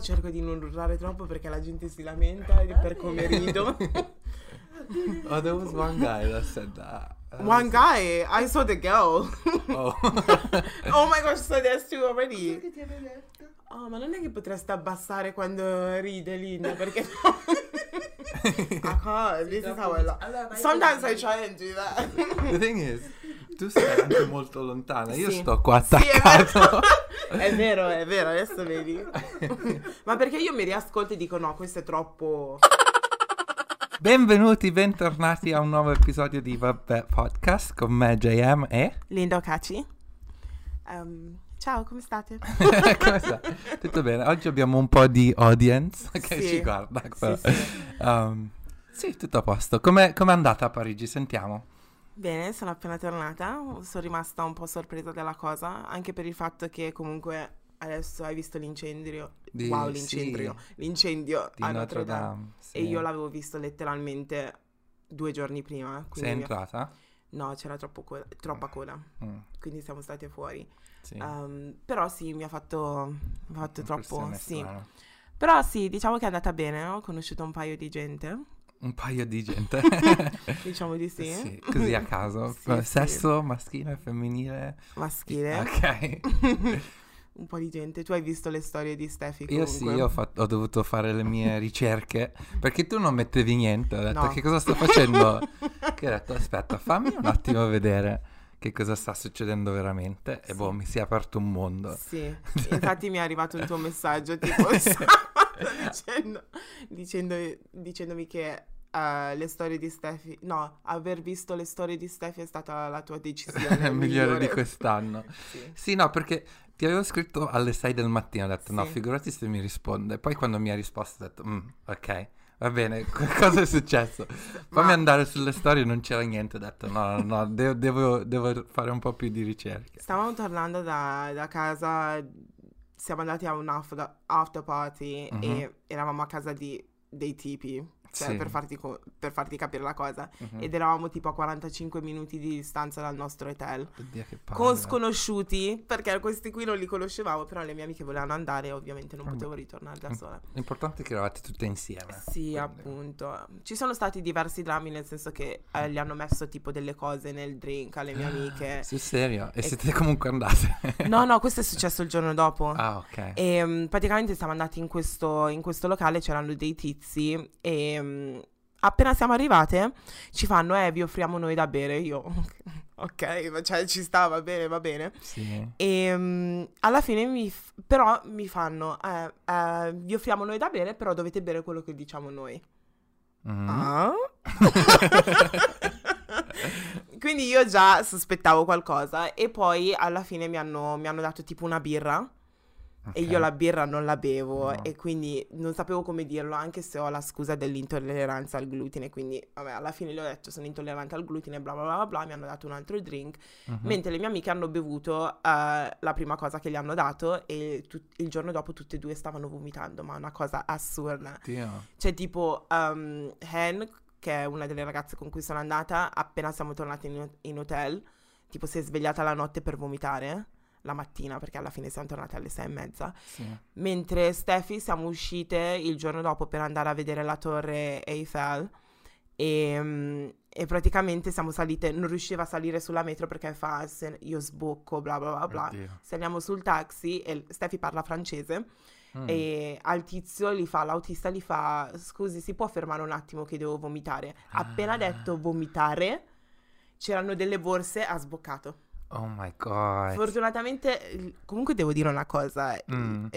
cerco di non urlare troppo perché la gente si lamenta per come rido. Oh, there was one guy that said that. One guy, I saw the girl. Oh. Oh my gosh, so there's two already. Che ti hanno detto? Oh, ma non è che potreste abbassare quando ride Linda, perché I can't, this is how I Allora, vai Sometimes con- I try and do that. The thing is, tu sei anche molto lontana, io Sì. sto qua Sì, è attaccato. vero, adesso vedi. Ma perché io mi riascolto e dico no, questo è troppo... Benvenuti, bentornati a un nuovo episodio di Vabbè Podcast con me JM e... Linda Ocaci. Ciao, come state? Come sta? Tutto bene? Oggi abbiamo un po' di audience che Sì. ci guarda. Però. Sì. Sì, tutto a posto. Com'è andata a Parigi? Sentiamo. Bene, sono appena tornata, sono rimasta un po' sorpresa della cosa, anche per il fatto che comunque adesso hai visto l'incendio, l'incendio Di a Notre Dame. Sì. e io l'avevo visto letteralmente 2 giorni prima. Sei Quindi entrata? No, c'era troppa coda, Mm, quindi siamo state fuori. sì. Però sì, mi ha fatto troppo, Un'impressione sì. strana. Però sì, diciamo che è andata bene, ho conosciuto un paio di gente, Un paio di gente. diciamo di sì. Sì, così a caso. Sì, Sesso maschile, femminile. Maschile. Ok. Un po' di gente. Tu hai visto le storie di Steffi Io comunque? sì, ho dovuto fare le mie ricerche perché tu non mettevi niente. Ho detto No. che cosa sto facendo? Che ho detto aspetta, fammi un attimo vedere che cosa sta succedendo veramente. E Sì. boh, mi si è aperto un mondo. Sì, infatti mi è arrivato un tuo messaggio tipo dicendomi che le storie di Steffi, no, aver visto le storie di Steffi è stata la tua decisione Migliore di quest'anno. Sì. Sì, no, perché ti avevo scritto alle 6 del mattino, ho detto no, Sì. figurati se mi risponde. Poi quando mi ha risposto ho detto ok, va bene, cosa è successo? Fammi Ma- andare sulle storie, non c'era niente, ho detto no, devo fare un po' più di ricerche. Stavamo tornando da casa, siamo andati a un after party Mhm. e eravamo a casa dei tipi, cioè Sì. per farti capire la cosa. Mhm. Ed eravamo tipo a 45 minuti di distanza dal nostro hotel. Oddio, che palle. Con sconosciuti, perché questi qui non li conoscevamo, però le mie amiche volevano andare e ovviamente non Vabbè. potevo ritornare da sola. L'importante è che eravate tutte insieme. Sì, quindi- appunto. Ci sono stati diversi drammi, nel senso che gli hanno messo tipo delle cose nel drink alle mie amiche. Sul serio? E E- siete comunque andate? No, questo è successo il giorno dopo. Ah, ok. E praticamente siamo andati in questo locale, c'erano dei tizi e appena siamo arrivate ci fanno vi offriamo noi da bere. Io ok, ma cioè ci sta, va bene. Sì. E alla fine però mi fanno vi offriamo noi da bere, però dovete bere quello che diciamo noi. Mhm. Ah? Quindi io già sospettavo qualcosa e poi alla fine mi hanno dato tipo una birra. E Ok. io la birra non la bevo No. e quindi non sapevo come dirlo, anche se ho la scusa dell'intolleranza al glutine, quindi vabbè, alla fine gli ho detto sono intollerante al glutine, bla bla bla bla, mi hanno dato un altro drink, Mhm. mentre le mie amiche hanno bevuto la prima cosa che gli hanno dato e il giorno dopo tutte e due stavano vomitando, ma una cosa assurda. Oddio. C'è tipo Hen, che è una delle ragazze con cui sono andata, appena siamo tornati in hotel, tipo si è svegliata la notte per vomitare. La mattina, perché alla fine siamo tornate alle 6:30. Sì. Mentre Steffi siamo uscite il giorno dopo per andare a vedere la torre Eiffel e praticamente siamo salite, non riusciva a salire sulla metro perché fa se io sbocco bla bla bla bla. Oddio. Saliamo sul taxi e Steffi parla francese e al tizio l'autista gli fa scusi, si può fermare un attimo che devo vomitare. Appena Ah. detto vomitare c'erano delle borse, ha sboccato. Oh my god. Fortunatamente, comunque devo dire una cosa, Mm.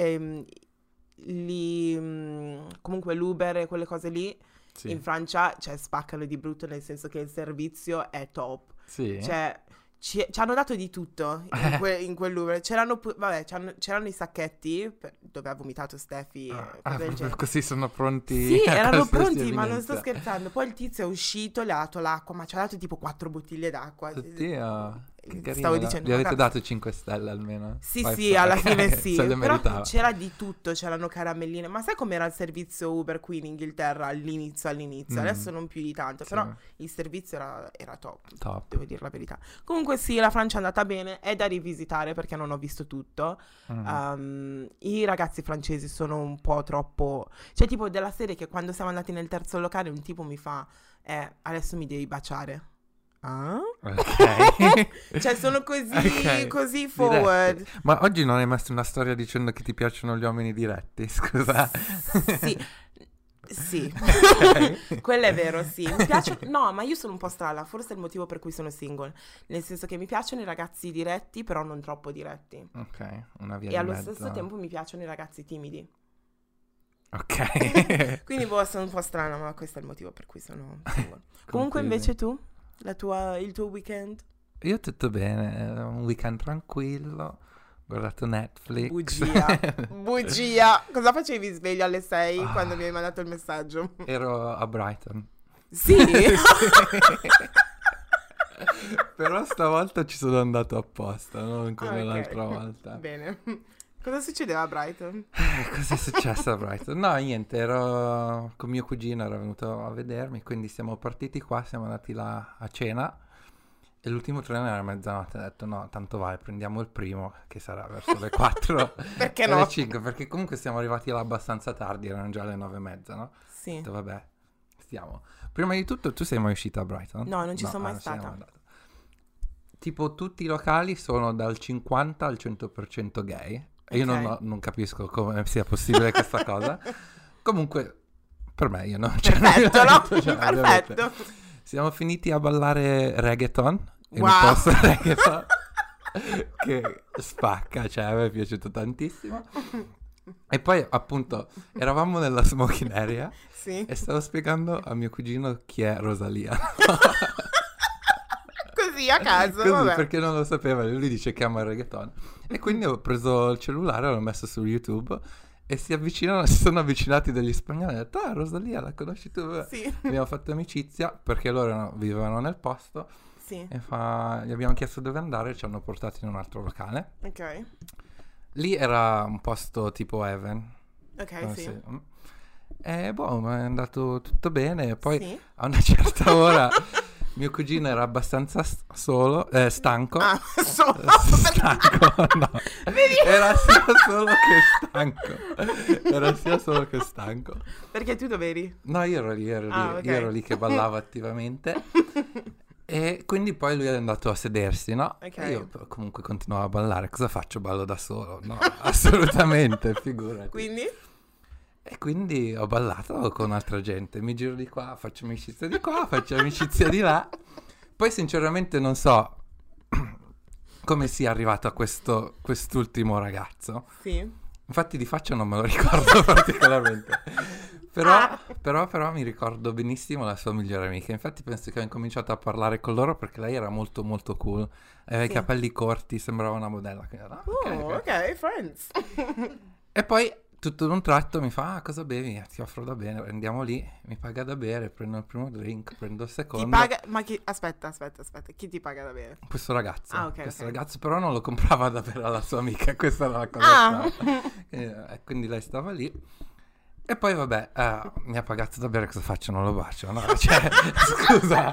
comunque l'Uber e quelle cose lì Sì. in Francia, cioè, spaccano di brutto, nel senso che il servizio è top. Sì. Cioè, ci hanno dato di tutto in quell'Uber. C'erano i sacchetti dove ha vomitato Steffi e cose del genere. Così sono pronti. Sì, a erano qualsiasi pronti, ma non sto evenienza. scherzando. Poi il tizio è uscito, le ha dato l'acqua, ma ci ha dato tipo 4 bottiglie d'acqua. Oddio. Che carino, stavo no? dicendo, Gli avete ragazzi, dato 5 stelle almeno? sì, Five sì, star, alla ok, fine sì, se le però meritava. c'era di tutto, c'erano caramelline, ma sai com'era il servizio Uber qui in Inghilterra all'inizio, adesso non più di tanto, Sì, però il servizio era top, top. devo dire la verità. Comunque sì, la Francia è andata bene, è da rivisitare perché non ho visto tutto. I ragazzi francesi sono un po' troppo, cioè tipo della serie che quando siamo andati nel terzo locale un tipo mi fa, adesso mi devi baciare. Ah? Ok. Cioè sono così, Ok, così forward. diretti. Ma oggi non hai messo una storia dicendo che ti piacciono gli uomini diretti, scusa. Sì, sì, Ok. quello è vero, sì. Mi piace, no, ma io sono un po' strana, forse è il motivo per cui sono single. Nel senso che mi piacciono i ragazzi diretti, però non troppo diretti. Ok, una via E di allo mezzo. stesso tempo mi piacciono i ragazzi timidi. Ok. Quindi boh, sono un po' strana, ma questo è il motivo per cui sono single. Comunque Conclusi. invece tu, il tuo weekend? Io tutto bene, un weekend tranquillo, ho guardato Netflix. Bugia, bugia. Cosa facevi sveglio alle 6 Ah. quando mi hai mandato il messaggio? Ero a Brighton. Sì? Però stavolta ci sono andato apposta, non come Ah, ok. l'altra volta. Bene. Cosa succedeva a Brighton? Cosa è successo a Brighton? No, niente, ero con mio cugino, era venuto a vedermi, quindi siamo partiti qua, siamo andati là a cena e l'ultimo treno era a mezzanotte, ho detto no, tanto vale, prendiamo il primo, che sarà verso le 4 Perché o no? le 5, perché comunque siamo arrivati là abbastanza tardi, erano già le 9:30, no? Ho Sì. detto vabbè, stiamo. Prima di tutto, tu sei mai uscita a Brighton? No, non ci sono mai non sei stata. andata. Tipo tutti i locali sono dal 50 al 100% gay. E io Ok. non capisco come sia possibile questa cosa. Comunque, per me, io non Perfetto, no? cioè, ovviamente. Perfetto. Siamo finiti a ballare reggaeton. In un Wow. posto reggaeton che spacca, cioè a me è piaciuto tantissimo. E poi, appunto, eravamo nella smoking area Sì. e stavo spiegando a mio cugino chi è Rosalia. Così a caso, Così, vabbè. perché non lo sapeva, lui dice che ama il reggaeton. E quindi ho preso il cellulare, l'ho messo su YouTube e si sono avvicinati degli spagnoli. Ho detto, ah, Rosalia, la conosci tu? Sì. Abbiamo fatto amicizia perché loro vivevano nel posto Sì. e gli abbiamo chiesto dove andare e ci hanno portati in un altro locale. Ok. Lì era un posto tipo Heaven. Ok, sì. E boh, ma è andato tutto bene. E poi Sì. a una certa ora mio cugino era abbastanza stanco. Ah, solo. Stanco, no. Vedi? Era sia solo che stanco. Perché tu dove eri? No, io ero lì, Ah, ok. io ero lì che ballavo attivamente. E quindi poi lui è andato a sedersi, no? Ok. E io comunque continuavo a ballare. Cosa faccio? Ballo da solo? No, assolutamente, figurati. Quindi? E quindi ho ballato con altra gente. Mi giro di qua, faccio amicizia di qua, faccio amicizia di là. Poi sinceramente non so come sia arrivato a quest'ultimo ragazzo. Sì. Infatti di faccia non me lo ricordo particolarmente. Però mi ricordo benissimo la sua migliore amica. Infatti penso che ho incominciato a parlare con loro perché lei era molto molto cool. Aveva Sì. i capelli corti, sembrava una modella. Quindi era, Oh, ok, friends. E poi tutto d'un tratto mi fa, cosa bevi? Ti offro da bere, andiamo lì, mi paga da bere, prendo il primo drink, prendo il secondo. Ti paga... Ma chi... Aspetta. Chi ti paga da bere? Questo ragazzo, Ah, ok, questo ok. ragazzo però non lo comprava da bere alla sua amica, questa era la cosa Ah. strana. Quindi lei stava lì. E poi vabbè, mi ha pagato da bere, cosa faccio? Non lo bacio, no? Cioè, scusa,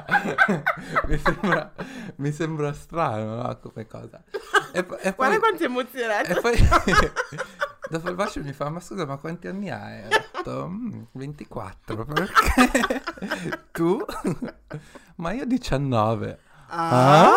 mi sembra strano, no? Come cosa. E Guarda poi, quanto è emozionato. e poi dopo il bacio mi fa, ma scusa, ma quanti anni hai? Ho detto, 24, perché? Tu? Ma io 19. Ah?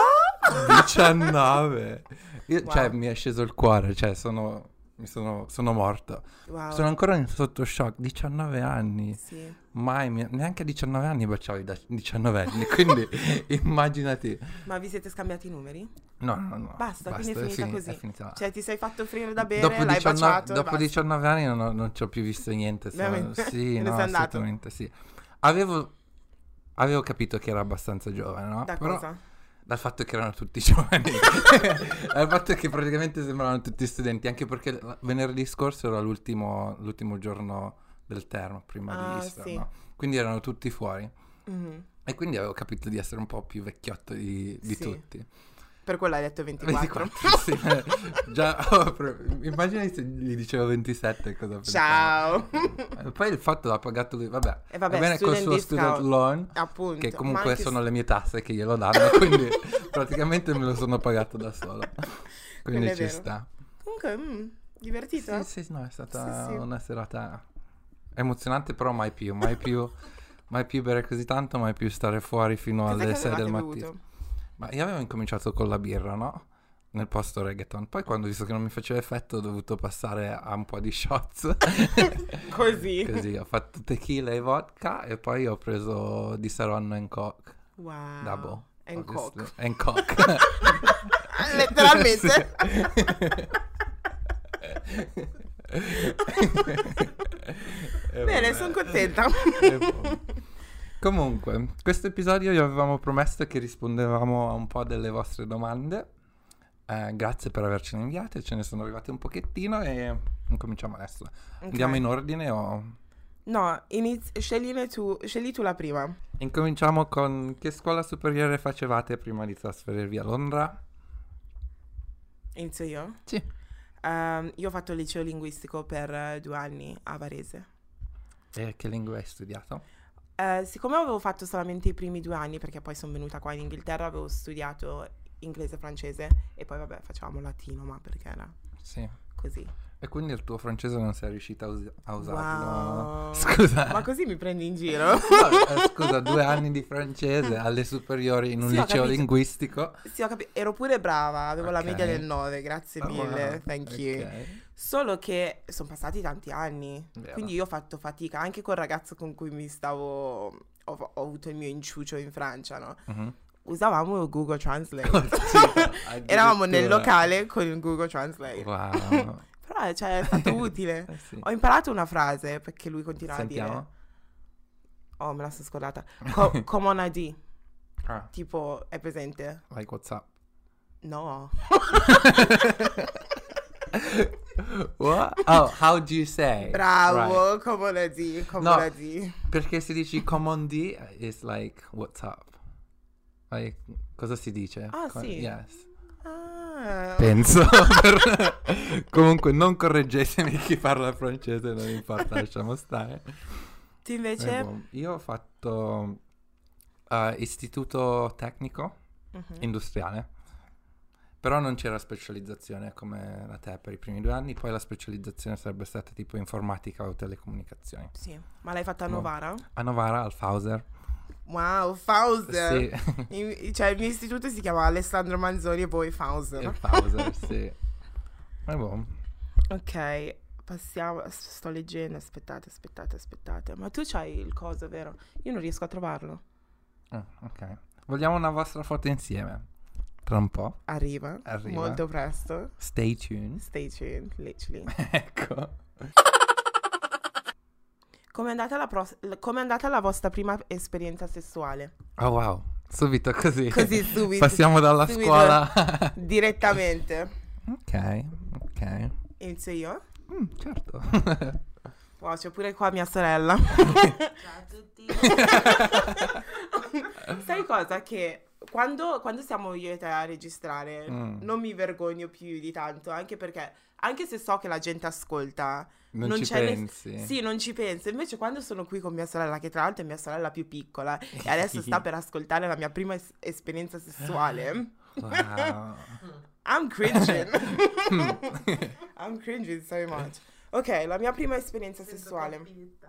19. Wow. Cioè, mi è sceso il cuore, cioè, sono morto. Wow. Sono ancora sotto shock, 19 anni. Sì. Mai, neanche a 19 anni baciavo i 19 anni, quindi immaginati. Ma vi siete scambiati i numeri? No. Basta, quindi è finita così. È finita là. Cioè ti sei fatto offrire da bere, Dopo l'hai 19, baciato e dopo basta. 19 anni non ci ho più visto niente. Veramente? Sì, Te ne no, sei andato? assolutamente sì. Avevo capito che era abbastanza giovane, no? Da Però cosa? dal fatto che erano tutti giovani, dal fatto che praticamente sembravano tutti studenti, anche perché venerdì scorso era l'ultimo giorno del termo, prima di Easter, sì. no? Quindi erano tutti fuori. Mhm. E quindi avevo capito di essere un po' più vecchiotto di Sì. tutti. Per quello hai detto 24. 24, sì. Già, immagina se gli dicevo 27 cosa pensavo. Ciao. Poi il fatto l'ha pagato lui, vabbè. E vabbè, Va bene col student suo discount, student loan, appunto. che Ma comunque anche sono le mie tasse che glielo danno, quindi praticamente me lo sono pagato da solo. Quindi Quello è ci vero. sta. Comunque, divertito? Sì, no, è stata Sì, sì. una serata emozionante, però mai più bere così tanto, mai più stare fuori fino Cos'è alle che 6 del avevate mattino. bevuto? Ma io avevo incominciato con la birra, no? Nel posto reggaeton. Poi quando ho visto che non mi faceva effetto ho dovuto passare a un po' di shots. Così. Così ho fatto tequila e vodka e poi ho preso di Saronno and Coke. Wow. Double. And obviously. Coke. And Coke. Letteralmente. Bene, sono contenta. Comunque, questo episodio vi avevamo promesso che rispondevamo a un po' delle vostre domande. Grazie per avercene inviate, ce ne sono arrivate un pochettino e incominciamo adesso. Ok. Andiamo in ordine o... No, scegli tu la prima. Incominciamo con che scuola superiore facevate prima di trasferirvi a Londra? Inizio io? Sì. Io ho fatto il liceo linguistico per 2 anni a Varese. E che lingua hai studiato? Siccome avevo fatto solamente i primi 2 anni, perché poi sono venuta qua in Inghilterra, avevo studiato inglese e francese e poi vabbè facevamo latino, ma perché era Sì. così. E quindi il tuo francese non sei riuscita a usarlo? Wow. Scusa. Ma così mi prendi in giro? No, scusa, 2 anni di francese alle superiori in un Sì, ho liceo capito. linguistico. Sì, ho capito. Ero pure brava, avevo la Ok. media del 9, grazie mille, wow, thank you. ok. Solo che sono passati tanti anni, Vero. quindi io ho fatto fatica, anche col ragazzo con cui ho avuto il mio inciucio in Francia, no? Mhm. Usavamo Google Translate. Oddio, Eravamo nel addirittura. locale con il Google Translate. Wow. Però, cioè, è stato utile. Sì. Ho imparato una frase perché lui continuava a Sentiamo. dire... Oh, me la sono scordata. Common ID. Ah, Tipo, è presente? like what's up? No. What? Oh, how do you say? Bravo, Right. Common ID, No. Common ID. Perché se dici common D is like what's up? Like, cosa si dice? Ah, sì. Yes. Ah. Penso. Comunque non correggetemi chi parla francese, non importa, lasciamo stare. Tu invece? Boh, io ho fatto istituto tecnico Mhm. industriale, però non c'era specializzazione come la te per i primi 2 anni, poi la specializzazione sarebbe stata tipo informatica o telecomunicazioni. Sì, ma l'hai fatta a Boh. Novara? A Novara, al Fauser. Wow, Fauser. Sì, Cioè, il mio istituto si chiama Alessandro Manzoni e poi Fauser. il Fauser, sì. Boh. Ok, passiamo. Sto leggendo, aspettate. Ma tu c'hai il coso, vero? Io non riesco a trovarlo. Ok. Vogliamo una vostra foto insieme? Tra un po'. Arriva. Arriva. Molto presto. Stay tuned. Stay tuned, literally. Ecco. Com'è andata la vostra prima esperienza sessuale? Oh wow. Subito così. Così, subito. Passiamo dalla Subito. scuola. Direttamente. Ok. Inizio io? Certo. Wow, c'è pure qua mia sorella. Ciao a tutti. Sai cosa? Che quando siamo io e te a registrare non mi vergogno più di tanto, anche perché, anche se so che la gente ascolta, Non ci c'è pensi? Sì, non ci penso. Invece quando sono qui con mia sorella, che tra l'altro è mia sorella più piccola, e adesso sta per ascoltare la mia prima esperienza sessuale, Wow. I'm cringing. I'm cringing so much. Ok, la mia prima esperienza sessuale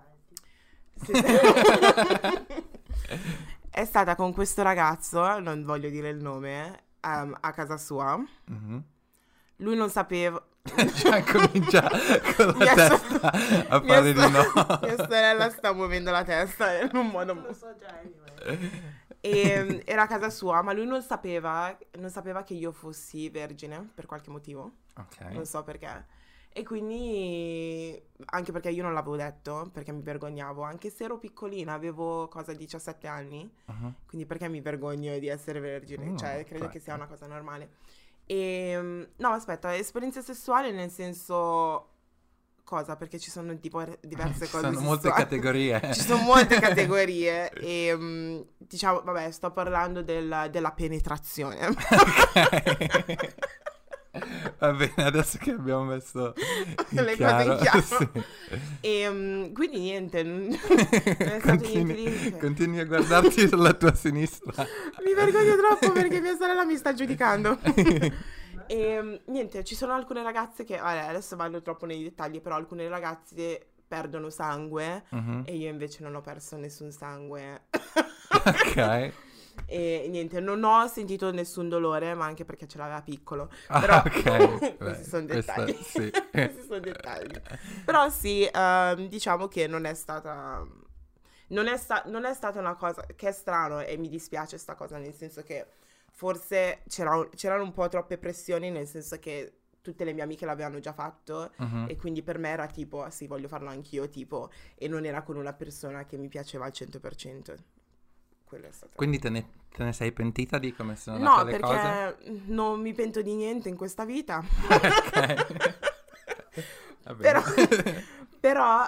è stata con questo ragazzo, non voglio dire il nome, a casa sua. Mhm. Lui non sapeva. Già comincia con la Mia testa a fare di no. Mia sorella sta muovendo la testa in un modo. Lo so già, anyway. E era a casa sua, ma lui non sapeva che io fossi vergine per qualche motivo. Ok. Non so perché. E quindi, anche perché io non l'avevo detto, perché mi vergognavo, anche se ero piccolina, avevo 17 anni, Mhm. quindi perché mi vergogno di essere vergine? Cioè, credo corretto. che sia una cosa normale. E, no, aspetta, esperienza sessuale nel senso cosa, perché ci sono tipo diverse Ci cose sono molte sessuali. categorie. Ci sono molte categorie e diciamo, vabbè, sto parlando della penetrazione. Ok. Va bene, adesso che abbiamo messo in Le chiaro, cose in chiaro. sì. E quindi niente, non è stato niente di... Continui a guardarti sulla tua sinistra. Mi vergogno troppo perché mia sorella mi sta giudicando. E niente, ci sono alcune ragazze che, vabbè, adesso vado troppo nei dettagli, però alcune ragazze perdono sangue Mhm. e io invece non ho perso nessun sangue. Ok. E niente, non ho sentito nessun dolore, ma anche perché ce l'aveva piccolo. Ah, Però ok. questi Beh, sono questo- dettagli. sì. Questi sono dettagli. Però sì, diciamo che non è stata... Non è stata una cosa che è strano e mi dispiace sta cosa, nel senso che forse c'erano un po' troppe pressioni, nel senso che tutte le mie amiche l'avevano già fatto Mhm. e quindi per me era tipo, "Ah, sì, voglio farlo anch'io", tipo, e non era con una persona che mi piaceva al 100%. Quello è stato... Quindi te ne sei pentita di come sono No, andate le cose? perché non mi pento di niente in questa vita. Ok. Va bene. Però,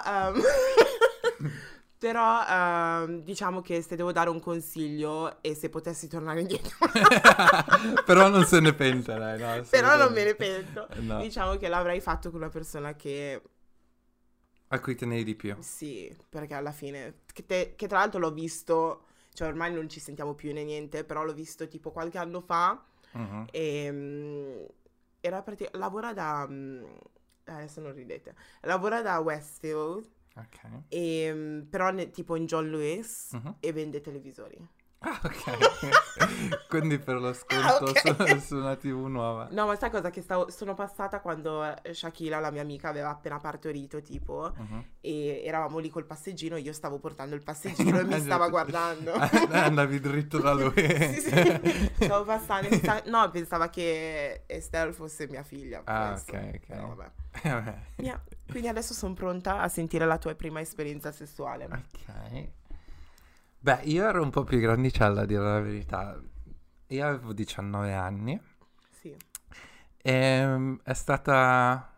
però, diciamo che se devo dare un consiglio e se potessi tornare indietro, Però non se ne pente, dai, no, però non me ne assolutamente. pento. No. Diciamo che l'avrei fatto con una persona che A cui tenevi di più. sì, perché alla fine, che tra l'altro l'ho visto, cioè ormai non ci sentiamo più né niente, però l'ho visto tipo qualche anno fa Mhm. e lavora da, adesso non ridete, lavora da Westfield, Ok. però tipo in John Lewis Mhm. e vende televisori. Ah, ok. Quindi per lo sconto ok. su una TV nuova. No, ma sai cosa? Che sono passata quando Shakila, la mia amica, aveva appena partorito, tipo, Mhm. e eravamo lì col passeggino, io stavo portando il passeggino e mi stava guardando. Andavi dritto da lui. Sì, sì. Stavo passando, no, pensava che Estelle fosse mia figlia. Ah, penso. ok, ok. Però vabbè. Vabbè. Yeah. Quindi adesso sono pronta a sentire la tua prima esperienza sessuale. Ok. Beh, io ero un po' più grandicella, a dire la verità. Io avevo 19 anni Sì. e è stata...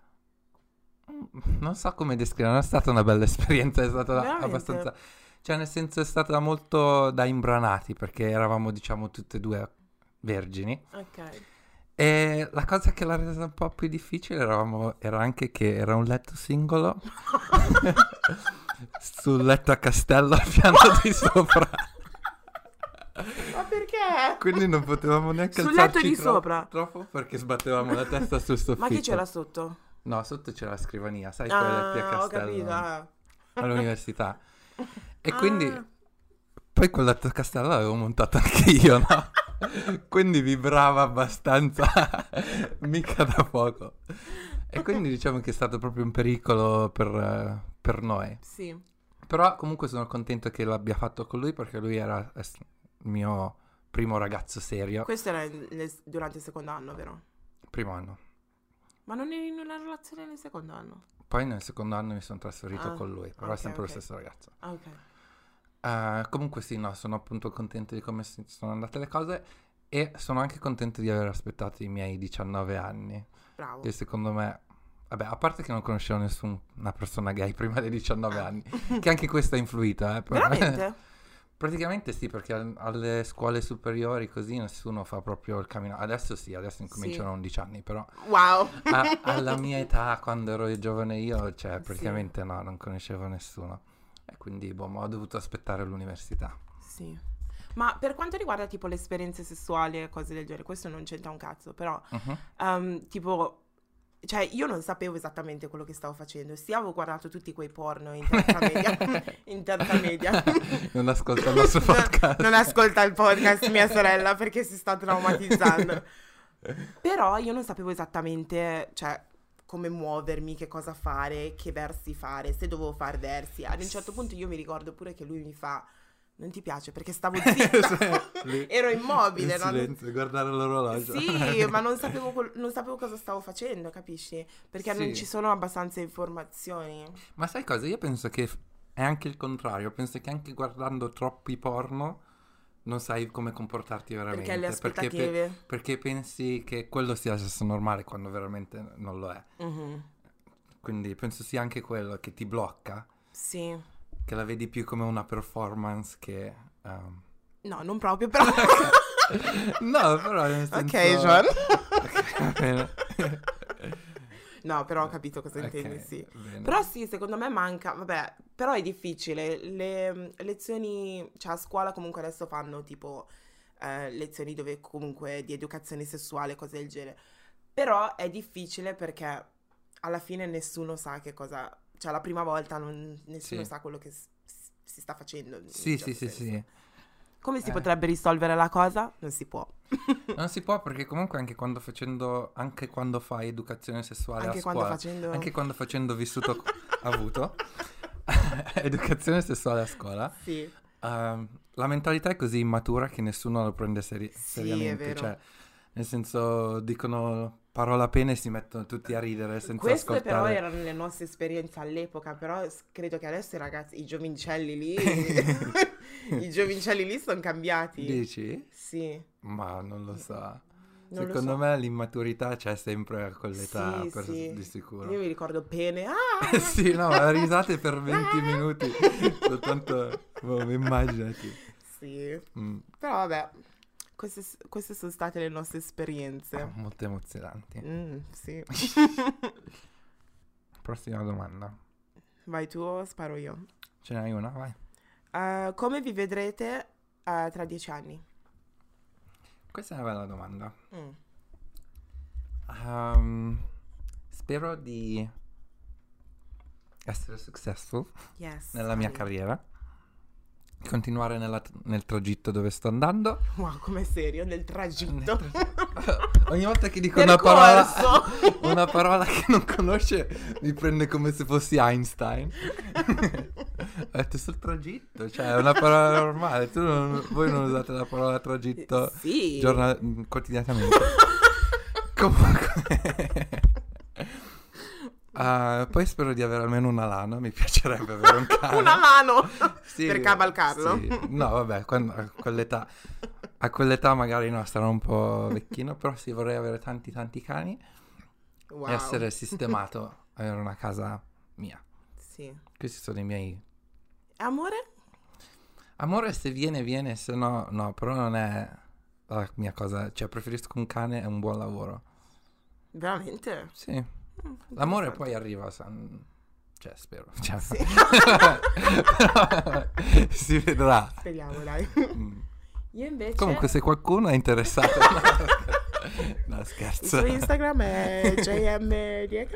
Non so come descrivere, non è stata una bella esperienza, è stata Veramente? abbastanza... Cioè, nel senso, è stata molto da imbranati, perché eravamo, diciamo, tutte e due vergini. Ok. E la cosa che l'ha resa un po' più difficile era anche che era un letto singolo sul letto a castello al piano di sopra. Ma perché? Quindi non potevamo neanche Sul alzarci letto di sopra? troppo perché sbattevamo la testa sul soffitto. Ma chi c'era sotto? No, sotto c'era la scrivania, sai, quei letti a Ah, ho castello capito. Ah. all'università. E Ah. quindi poi quel letto a castello l'avevo montato anche io, no? Quindi vibrava abbastanza, mica da poco. E quindi diciamo che è stato proprio un pericolo per noi. Sì. Però comunque sono contento che l'abbia fatto con lui perché lui era il mio primo ragazzo serio. Questo era durante il secondo anno, vero? Primo anno. Ma non eri in una relazione nel secondo anno? Poi nel secondo anno mi sono trasferito Ah, con lui, però è ok, sempre ok. lo stesso ragazzo. Ah, ok. Comunque sì, no, sono appunto contento di come sono andate le cose e sono anche contento di aver aspettato i miei 19 anni, Bravo. che secondo me, vabbè, a parte che non conoscevo nessuna persona gay prima dei 19 anni, che anche questo ha influito, Veramente? Praticamente sì, perché alle scuole superiori così nessuno fa proprio il cammino. Adesso sì, adesso incominciano a 11 anni, però Wow. alla mia età, quando ero giovane io, cioè Sì. praticamente no, non conoscevo nessuno. E quindi, boh, ma ho dovuto aspettare l'università. Sì. Ma per quanto riguarda tipo le esperienze sessuali e cose del genere, questo non c'entra un cazzo, però Mhm. tipo, cioè io non sapevo esattamente quello che stavo facendo, sì avevo guardato tutti quei porno in terza media, in terza media. Non ascolta il nostro podcast. Non ascolta il podcast mia sorella perché si sta traumatizzando. Però io non sapevo esattamente, cioè, come muovermi, che cosa fare, che versi fare, se dovevo fare versi. Ad un certo punto io mi ricordo pure che lui mi fa: "Non ti piace?" Perché stavo zitta. Lì, Ero immobile, in no? silenzio, guardare l'orologio. Sì, ma non sapevo cosa stavo facendo, capisci? Perché non Sì. ci sono abbastanza informazioni. Ma sai cosa? Io penso che è anche il contrario. Penso che anche guardando troppi porno non sai come comportarti veramente. Perché le aspettative. Perché pensi che quello sia il sesso normale quando veramente non lo è. Mhm. quindi penso sia anche quello che ti blocca, Sì. che la vedi più come una performance che... No, non proprio, però. No, però nel senso... Ok, John. Ok, va bene. No, però ho capito cosa Ok, intendi, sì. bene. Però sì, secondo me manca, vabbè, però è difficile. Le lezioni, cioè a scuola comunque adesso fanno tipo lezioni dove comunque di educazione sessuale, cose del genere. Però è difficile perché alla fine nessuno sa che cosa, cioè la prima volta nessuno Sì. sa quello che si sta facendo. in un Sì, certo sì, senso. sì. Come si potrebbe risolvere la cosa? Non si può. Non si può perché comunque anche quando fai educazione sessuale Anche a quando scuola, facendo... anche quando facendo vissuto avuto, educazione sessuale a scuola, Sì, la mentalità è così immatura che nessuno lo prende sì, seriamente, è vero. cioè nel senso dicono parola pena e si mettono tutti a ridere senza Queste però ascoltare. erano le nostre esperienze all'epoca, però credo che adesso i ragazzi, i giovincelli lì, i giovincelli lì sono cambiati. Dici? Sì, Ma non lo so. non lo Secondo so. me l'immaturità c'è sempre con l'età, Sì, sì. di sicuro. Io mi ricordo pene. Ah! Sì, no, ma risate per 20 minuti. Soltanto, immaginati. Sì, Mm, però vabbè, queste sono state le nostre esperienze. molto emozionanti. Sì. Prossima domanda. Vai tu o sparo io? Ce n'hai una? Vai. Come vi vedrete tra 10 anni? Questa è una bella domanda. Mm. Spero di essere successful Yes. nella mia vai. carriera. Continuare nel tragitto dove sto andando. Wow, com'è serio? Nel tragitto. Ogni volta che dico Percorso. una parola che non conosce, mi prende come se fossi Einstein. Ho detto sul tragitto, cioè è una parola normale. Voi non usate la parola tragitto Sì. quotidianamente. Comunque. Poi spero di avere almeno una lana, mi piacerebbe avere un cane. Una mano Sì, per cavalcarlo. sì. No, vabbè, a quell'età magari no, sarò un po' vecchino, però sì, vorrei avere tanti cani Wow. e essere sistemato, avere una casa mia. Sì. Questi sono i miei... Amore? Amore, se viene, se no, no, però non è la mia cosa, cioè preferisco un cane e un buon lavoro. Veramente? Sì. L'amore Interessante. poi arriva, cioè spero, cioè, Sì. però si vedrà. Speriamo, dai. Mm. Io invece... Comunque se qualcuno è interessato, no Il scherzo. suo Instagram è JMDiego.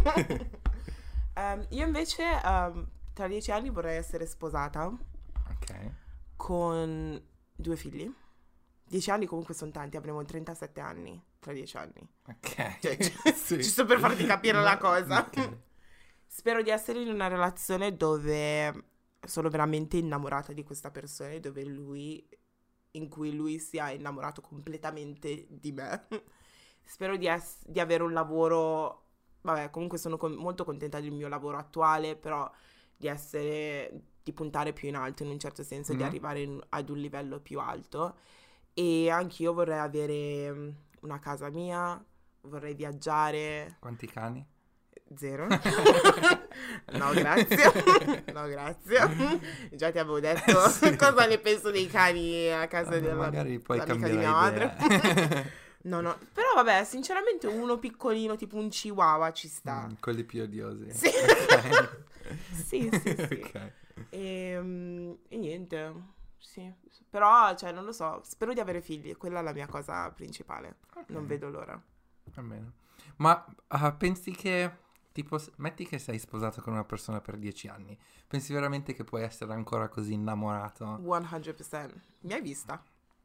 Io invece tra 10 anni vorrei essere sposata Ok. con 2 figli. 10 anni comunque sono tanti, avremo 37 anni tra 10 anni. Ok. Cioè, Sì. giusto per farti capire la No, cosa. ok. Spero di essere in una relazione dove sono veramente innamorata di questa persona e in cui lui sia innamorato completamente di me. Spero di avere un lavoro, vabbè, comunque sono molto contenta del mio lavoro attuale, però di puntare più in alto in un certo senso, di Mhm. arrivare ad un livello più alto. E anch'io vorrei avere una casa mia, vorrei viaggiare. Quanti cani? 0. No, grazie. No, grazie. Già ti avevo detto Sì. cosa ne penso dei cani a casa Vabbè, della magari poi dell'amica di cambierai mia idea. madre. No, no. Però vabbè, sinceramente uno piccolino, tipo un chihuahua, ci sta. Quelli più odiosi. Sì. Ok. Sì, sì, sì. Ok. E niente, sì. Però, cioè, non lo so, spero di avere figli, quella è la mia cosa principale. Non Ok. vedo l'ora. Va bene. Ma pensi che, tipo, metti che sei sposato con una persona per 10 anni, pensi veramente che puoi essere ancora così innamorato? 100%. Mi hai vista?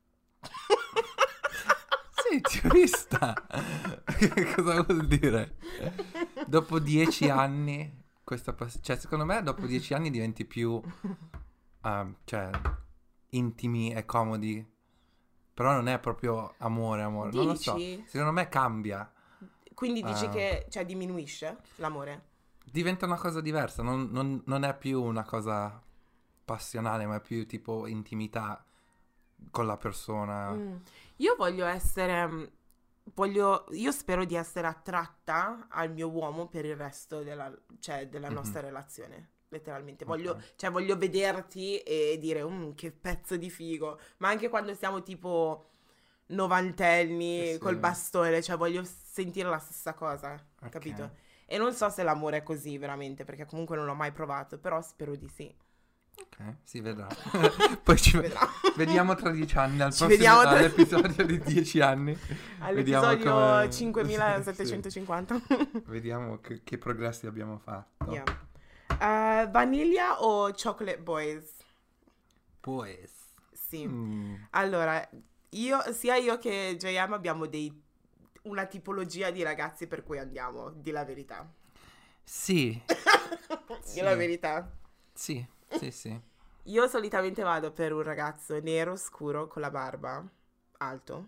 Sì, ti ho vista. Cosa vuol dire? Dopo 10 anni, cioè, secondo me dopo 10 anni diventi più, cioè, intimi e comodi. Però non è proprio amore, non lo so. Dici? Secondo me cambia. Quindi dici che, cioè, diminuisce l'amore? Diventa una cosa diversa, non è più una cosa passionale, ma è più tipo intimità con la persona. Io voglio essere... io spero di essere attratta al mio uomo per il resto della nostra relazione. Letteralmente, voglio vederti e dire, che pezzo di figo. Ma anche quando siamo tipo novantenni Sì. col bastone, cioè voglio sentire la stessa cosa, Ok. capito? E non so se l'amore è così veramente, perché comunque non l'ho mai provato, però spero di sì. Ok, si vedrà. Poi ci Vedrà. vediamo tra 10 anni, Ci vediamo tra- all'episodio di 10 anni. All'episodio come- 5750. sì. Vediamo che progressi abbiamo fatto. Yeah. Vaniglia o Chocolate Boys? Pues. Sì. Mm, Allora, sia io che JM abbiamo una tipologia di ragazzi per cui andiamo, di la verità. sì, Di la verità. sì. Io solitamente vado per un ragazzo nero scuro con la barba, alto.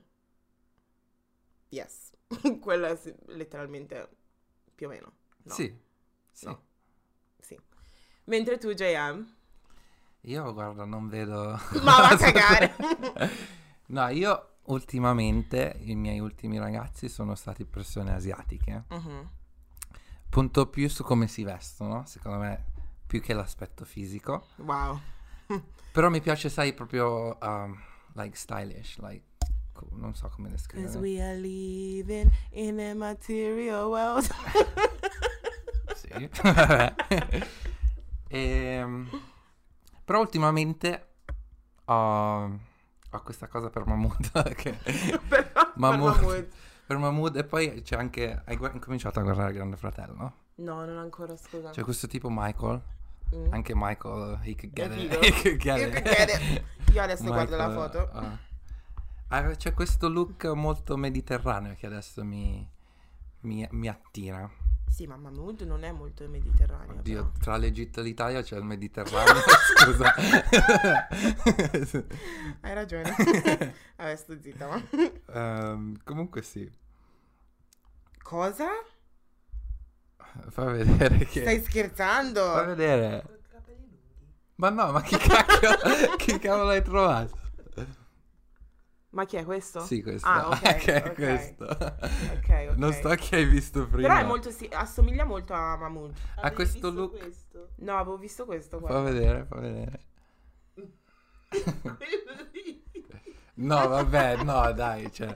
Yes. Quello è letteralmente più o meno. No. Sì. No. Sì. Mentre tu, JM? Io, guarda, non vedo... Ma va a cagare! No, io ultimamente, i miei ultimi ragazzi sono stati persone asiatiche. Mhm. Punto più su come si vestono, secondo me, più che l'aspetto fisico. Wow. Però mi piace, sai, proprio, like, stylish, like, non so come Cause descrivere. we are living in a material world. Sì. Però ultimamente ho questa cosa per Mahmood che per Mahmood. per Mahmood, e poi c'è anche hai incominciato a guardare Grande Fratello? No, non ancora, scusa. C'è questo tipo Michael, anche Michael, he could get È it. figo. He could get You it. could get it. Io adesso guardo la Michael, foto. c'è questo look molto mediterraneo che adesso mi attira. Sì, ma Mahmood non è molto mediterraneo. Oddio, però. tra l'Egitto e l'Italia c'è il Mediterraneo, scusa. Hai ragione. Vabbè, sto zitta, ma. Comunque sì, Cosa? fa vedere che... Stai scherzando? Fa vedere. Con i capelli lunghi. Ma no, ma che cacchio, che cavolo hai trovato? Ma chi è questo? Sì, questo. Ah, ok. Che è ok. questo. Ok. Non so chi hai visto prima. Però è molto assomiglia molto a Mahmood. Avevi questo visto look. questo? No, avevo visto questo qua. Fa vedere, fa vedere. Quello lì. No, vabbè, no, dai, cioè.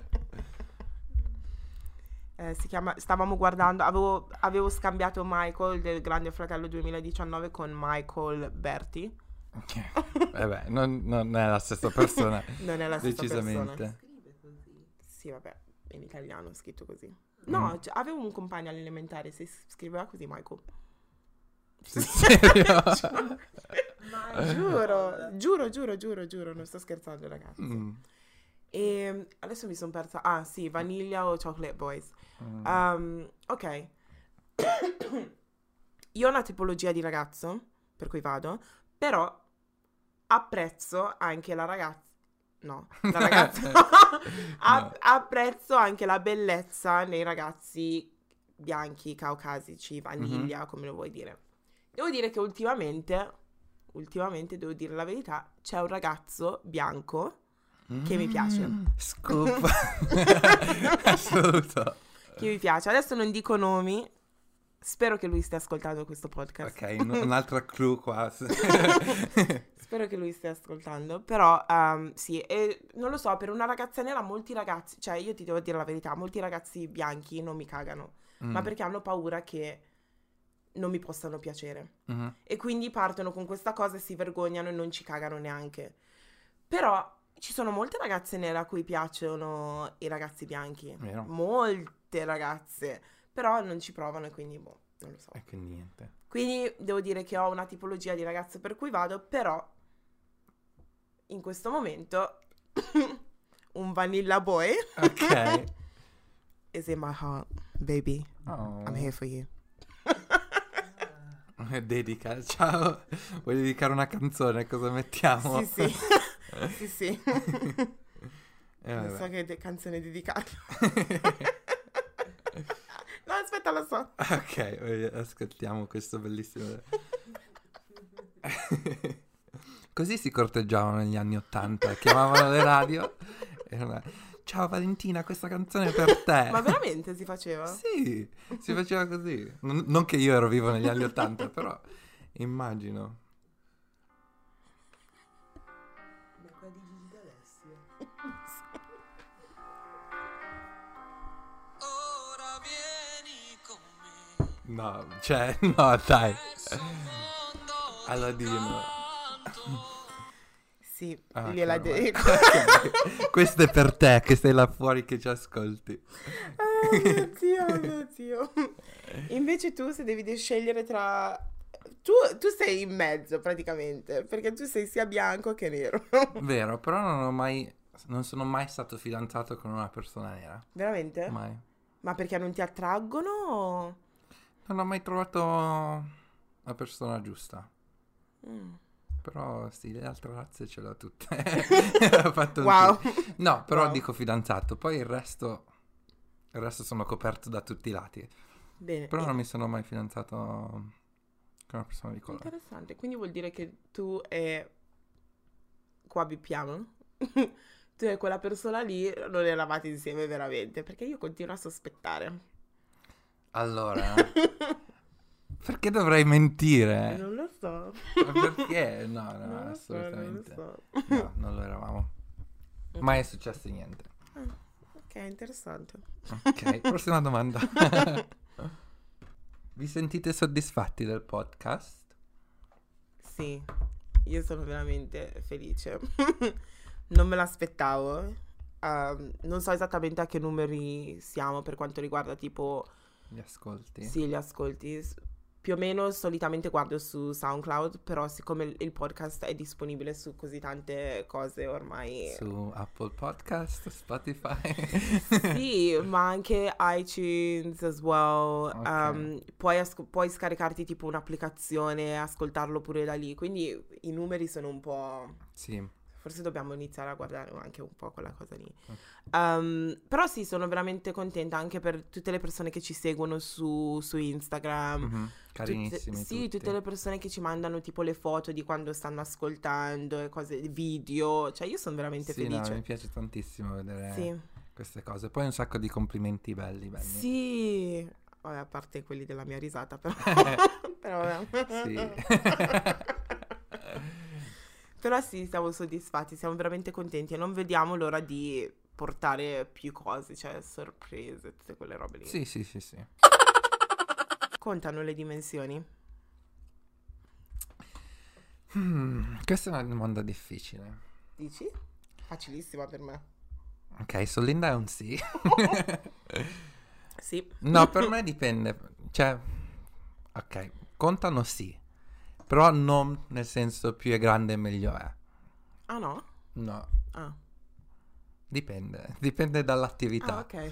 Si chiama, stavamo guardando, avevo scambiato Michael del Grande Fratello 2019 con Michael Berti. Vabbè, non è la stessa persona. Non è la stessa Decisamente. persona. Scrive così. Sì, vabbè, in italiano è scritto così. No, Mm. avevo un compagno all'elementare, si scriveva così Michael. Sul serio? Ma Giuro, non sto scherzando, ragazzi. Mm. E adesso mi sono persa. Ah, sì, Vaniglia o Chocolate Boys. Ok. Io ho una tipologia di ragazzo per cui vado, però apprezzo anche la ragazza. No, la ragazza. No. Apprezzo anche la bellezza nei ragazzi bianchi, caucasici, vaniglia, come lo vuoi dire. Devo dire che ultimamente, devo dire la verità, c'è un ragazzo bianco che mi piace. Scoop. Assoluto. Che mi piace. Adesso non dico nomi. Spero che lui stia ascoltando questo podcast. Ok, un'altra clue qua. Spero che lui stia ascoltando. Però, sì, e non lo so, per una ragazza nera molti ragazzi, cioè io ti devo dire la verità, molti ragazzi bianchi non mi cagano, ma perché hanno paura che non mi possano piacere. Mhm. E quindi partono con questa cosa e si vergognano e non ci cagano neanche. Però ci sono molte ragazze nere a cui piacciono i ragazzi bianchi. Vero. Molte ragazze. Però non ci provano e quindi, boh, non lo so. E che niente. Quindi devo dire che ho una tipologia di ragazze per cui vado, però in questo momento un vanilla boy Ok. is in my heart, baby. Oh. I'm here for you. Dedica, ciao. Vuoi dedicare una canzone? Cosa mettiamo? Sì, sì. sì. Non vabbè. so che canzone dedicarla. No, aspetta, lo so. Ok, ascoltiamo questo bellissimo. Così si corteggiavano negli anni '80, chiamavano le radio. ciao Valentina, questa canzone è per te. Ma veramente si faceva? Sì, si faceva così. Non che io ero vivo negli anni '80, però immagino. Ma qua di Gigi D'Alessio. Ora vieni con me. No, cioè, no, dai. Verso un mondo Aladino. d'accanto. Sì, Ah, gliela ok, ormai. dedico. Ok. Questo è per te che sei là fuori che ci ascolti. Oh mio Dio. Invece tu se devi scegliere tra... Tu sei in mezzo praticamente, perché tu sei sia bianco che nero. Vero, però non sono mai stato fidanzato con una persona nera. Veramente? Mai. Ma perché non ti attraggono? Non ho mai trovato la persona giusta. Mm. Però sì, le altre razze ce le ho tutte. Ho fatto un Wow. sì. No, però Wow. dico fidanzato. Poi il resto sono coperto da tutti i lati. Bene. Però non mi sono mai fidanzato con una persona di colore. Interessante. Quindi vuol dire che tu e... Qua bippiamo? Tu e quella persona lì non eravate insieme veramente, perché io continuo a sospettare. Allora, perché dovrei mentire? Non lo so. Ma perché? No, Non lo so, assolutamente. non lo so. No, non lo eravamo. Mai è successo niente. Ok, interessante. Ok, prossima domanda. Vi sentite soddisfatti del podcast? Sì, io sono veramente felice. Non me l'aspettavo. Non so esattamente a che numeri siamo per quanto riguarda tipo, Gli ascolti? sì, gli ascolti. Più o meno solitamente guardo su SoundCloud, però siccome il podcast è disponibile su così tante cose ormai... Su Apple Podcast, Spotify. Sì, ma anche iTunes as well. Ok. Puoi scaricarti tipo un'applicazione e ascoltarlo pure da lì. Quindi i numeri sono un po'... Sì. Forse dobbiamo iniziare a guardare anche un po' quella cosa lì. Ok. Però sì, sono veramente contenta anche per tutte le persone che ci seguono su Instagram. Mhm. Carinissimi Sì, tutti. tutte le persone che ci mandano tipo le foto di quando stanno ascoltando e cose, video. Cioè io sono veramente Sì, no, felice. mi piace tantissimo vedere Sì. queste cose. Poi un sacco di complimenti belli. Sì, vabbè, a parte quelli della mia risata, però. Però vabbè. Sì. Però sì, siamo soddisfatti, siamo veramente contenti e non vediamo l'ora di portare più cose, cioè sorprese, tutte quelle robe lì. Sì, sì, sì, sì. Contano le dimensioni? Questa è una domanda difficile. Dici? Facilissima per me. Ok, su Linda è un sì. Sì. No, per me dipende. Cioè, ok, contano sì. Però non nel senso più è grande meglio è. Ah no? No, Ah, dipende dall'attività. ok.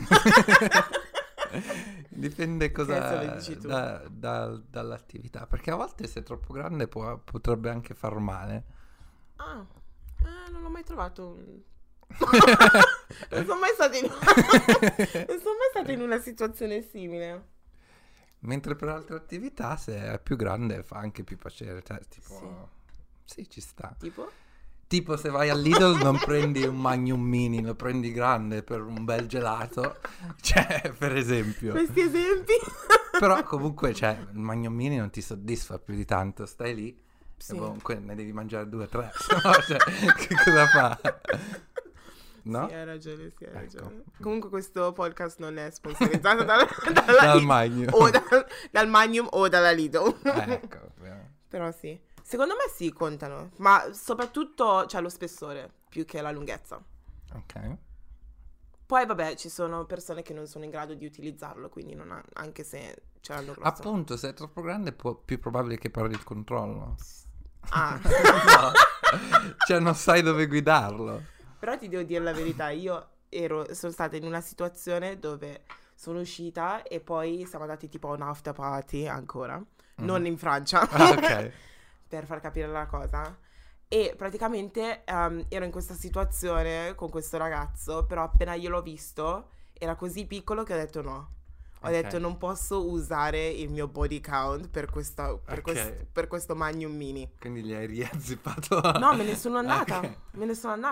Dipende cosa Adesso lo dici tu. dall'attività. Perché a volte se è troppo grande potrebbe anche far male. Ah, non ho mai trovato un... Non sono mai stata in... Non sono mai stata in una situazione simile. Mentre per altre attività, se è più grande, fa anche più piacere. Cioè, tipo, sì, ci sta. Tipo, se vai al Lidl non prendi un Magnum Mini, lo prendi grande per un bel gelato. Cioè, per esempio. Questi esempi? Però comunque, cioè, il Magnum Mini non ti soddisfa più di tanto. Stai lì Sì. e comunque ne devi mangiare 2 o 3. No, cioè, che cosa fa? No? Sì, hai ragione, sì, hai Ecco. ragione. Comunque questo podcast non è sponsorizzato dalla Dal Lidl Magnum. o dal Magnum o dalla Lidl. Ecco. Però sì. Secondo me sì, contano. Ma soprattutto c'è lo spessore più che la lunghezza. Ok. Poi vabbè, ci sono persone che non sono in grado di utilizzarlo, quindi non ha, anche se ce l'hanno grosso. Appunto, se è troppo grande è più probabile che perdi il controllo. Ah. No. Cioè, non sai dove guidarlo. Però ti devo dire la verità, sono stata in una situazione dove sono uscita e poi siamo andati tipo a un after party ancora, non in Francia, Ah, ok. per far capire la cosa. E praticamente ero in questa situazione con questo ragazzo, però appena io l'ho visto era così piccolo che ho detto no. Ho Ok. detto non posso usare il mio body count per Ok. questo Magnum Mini. Quindi gli hai riazzipato. No, me ne sono andata. Ok. Me ne sono andata.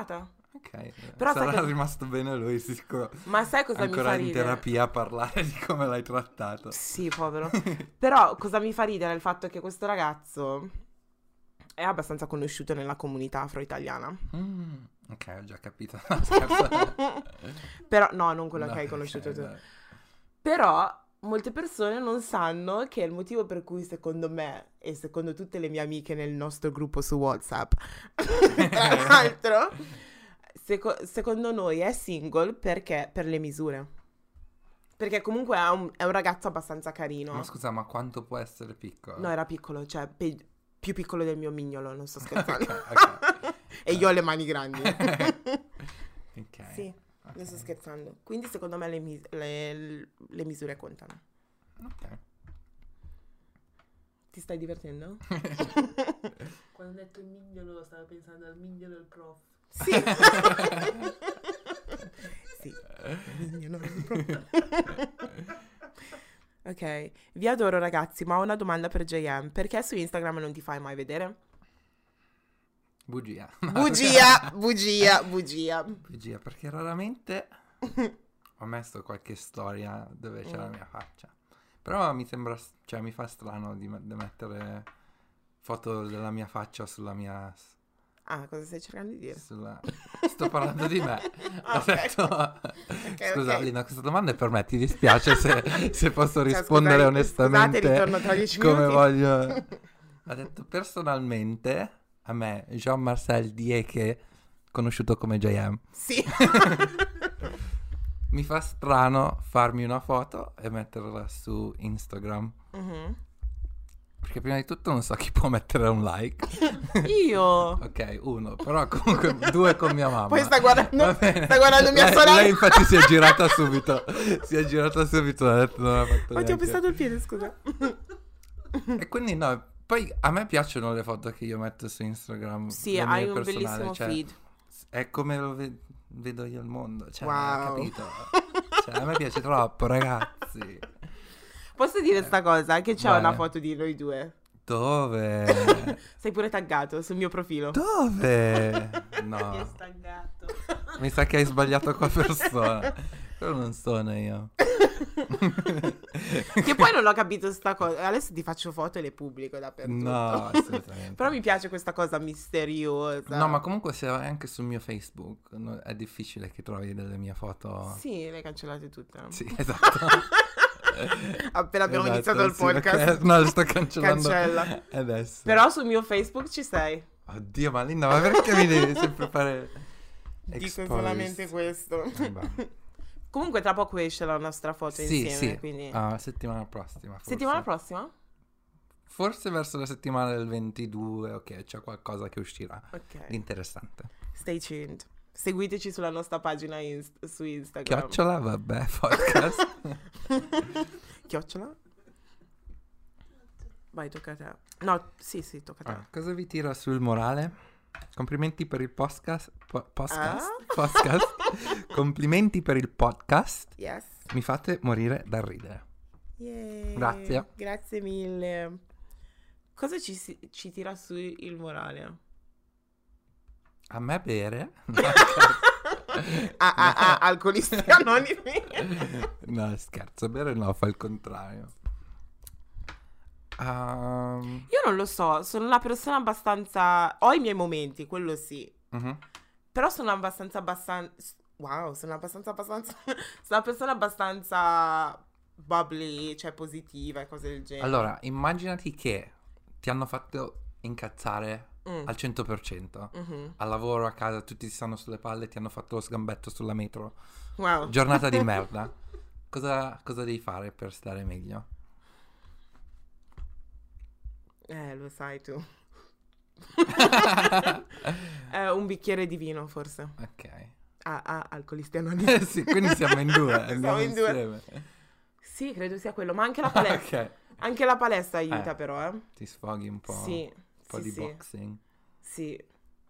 Ok, Però sai sarà che- rimasto bene lui, sicuro. Ma sai cosa mi Ancora fa in ridere? terapia a parlare di come l'hai trattato. Sì, povero. Però cosa mi fa ridere è il fatto che questo ragazzo è abbastanza conosciuto nella comunità afro-italiana. Ok, ho già capito. No, scherzo. Però, no, non quello No, che hai conosciuto ok, tu. dai. Però molte persone non sanno che il motivo per cui secondo me e secondo tutte le mie amiche nel nostro gruppo su WhatsApp, tra l'altro, secondo noi è single perché per le misure. Perché comunque è un ragazzo abbastanza carino. Ma scusa, ma quanto può essere piccolo? No, era piccolo, cioè più piccolo del mio mignolo, non sto scherzando. Ok. E io ho le mani grandi. Ok. Sì, non sto scherzando. Quindi secondo me le misure contano. Ok. Ti stai divertendo? Quando ho detto il mignolo, stavo pensando al mignolo del prof. Sì. Sì. Mignolo. Ok, vi adoro ragazzi, ma ho una domanda per JM. Perché su Instagram non ti fai mai vedere? Bugia. Bugia, bugia, bugia. Bugia, perché raramente ho messo qualche storia dove c'è la mia faccia. Però mi sembra, cioè mi fa strano di mettere foto della mia faccia sulla mia... Ah, cosa stai cercando di dire? Sto parlando di me. Ho Ok. detto... Ok, Scusa, ok. Lina, questa domanda è per me. Ti dispiace se posso Cioè, rispondere scusate, onestamente ritorno tra 10 come minuti. voglio. Ha detto personalmente a me Jean-Marcel Dieche, conosciuto come JM, Sì. mi fa strano farmi una foto e metterla su Instagram. Mhm. Perché prima di tutto non so chi può mettere un like. Io. Ok, uno, però comunque due con mia mamma. Poi sta guardando, Va bene. sta guardando mia sorella. Lei infatti si è girata subito. Si è girata subito, ha detto non ha fatto Ma ti ho neanche. pestato il piede, scusa. E quindi no, poi a me piacciono le foto che io metto su Instagram. Sì, le hai mie un personali, bellissimo cioè, feed. è come lo vedo io il mondo, cioè, Wow. capito? Cioè, a me piace troppo, ragazzi. Posso dire sta cosa? Che c'è Vai. una foto di noi due. Dove? Sei pure taggato sul mio profilo. Dove? Mi è No, stancato. mi sa che hai sbagliato qua persona. Quello non sono io. Che poi non ho capito sta cosa. Adesso ti faccio foto e le pubblico dappertutto. No, assolutamente. Però mi piace questa cosa misteriosa. No, ma comunque se vai anche sul mio Facebook è difficile che trovi delle mie foto. Sì, le hai cancellate tutte. Sì, esatto. Appena abbiamo Esatto, iniziato il sì, podcast. ok. No, lo sto cancellando Cancella. adesso. Però sul mio Facebook ci sei. Oddio, ma Linda, ma perché mi devi sempre fare Dico exposed? solamente questo. Vabbè. Comunque tra poco esce la nostra foto Sì, insieme. sì. Quindi... Settimana prossima. Forse. Settimana prossima? Forse verso la settimana del 22, ok, c'è qualcosa che uscirà Ok. di interessante. Stay tuned. Seguiteci sulla nostra pagina su Instagram. Chiocciola, vabbè, podcast. Chiocciola? Vai, tocca a te. No, sì, tocca a te. Ah, cosa vi tira sul morale? Complimenti per il podcast. Ah? Podcast. Complimenti per il podcast. Yes. Mi fate morire dal ridere. Yay. Grazie. Grazie mille. Cosa ci tira su il morale? A me bere? Alcolisti anonimi. No, scherzo, bere no, fa il contrario. Io non lo so, sono una persona abbastanza... Ho i miei momenti, quello sì. Mhm. Però sono abbastanza... Wow, sono una persona abbastanza bubbly, cioè positiva e cose del genere. Allora, immaginati che ti hanno fatto incazzare Mm. al 100%. Mhm. Al lavoro, a casa, tutti ti stanno sulle palle, ti hanno fatto lo sgambetto sulla metro. Wow. Giornata di merda. Cosa devi fare per stare meglio? Lo sai tu. Un bicchiere di vino, forse. Ok. Alcolisti anonimi. Sì, quindi siamo in due, andiamo Siamo in due. insieme. Sì, credo sia quello, ma anche la palestra. Ok. Anche la palestra aiuta però, eh. Ti sfoghi un po', Sì, un po' sì, di sì. boxing. Sì.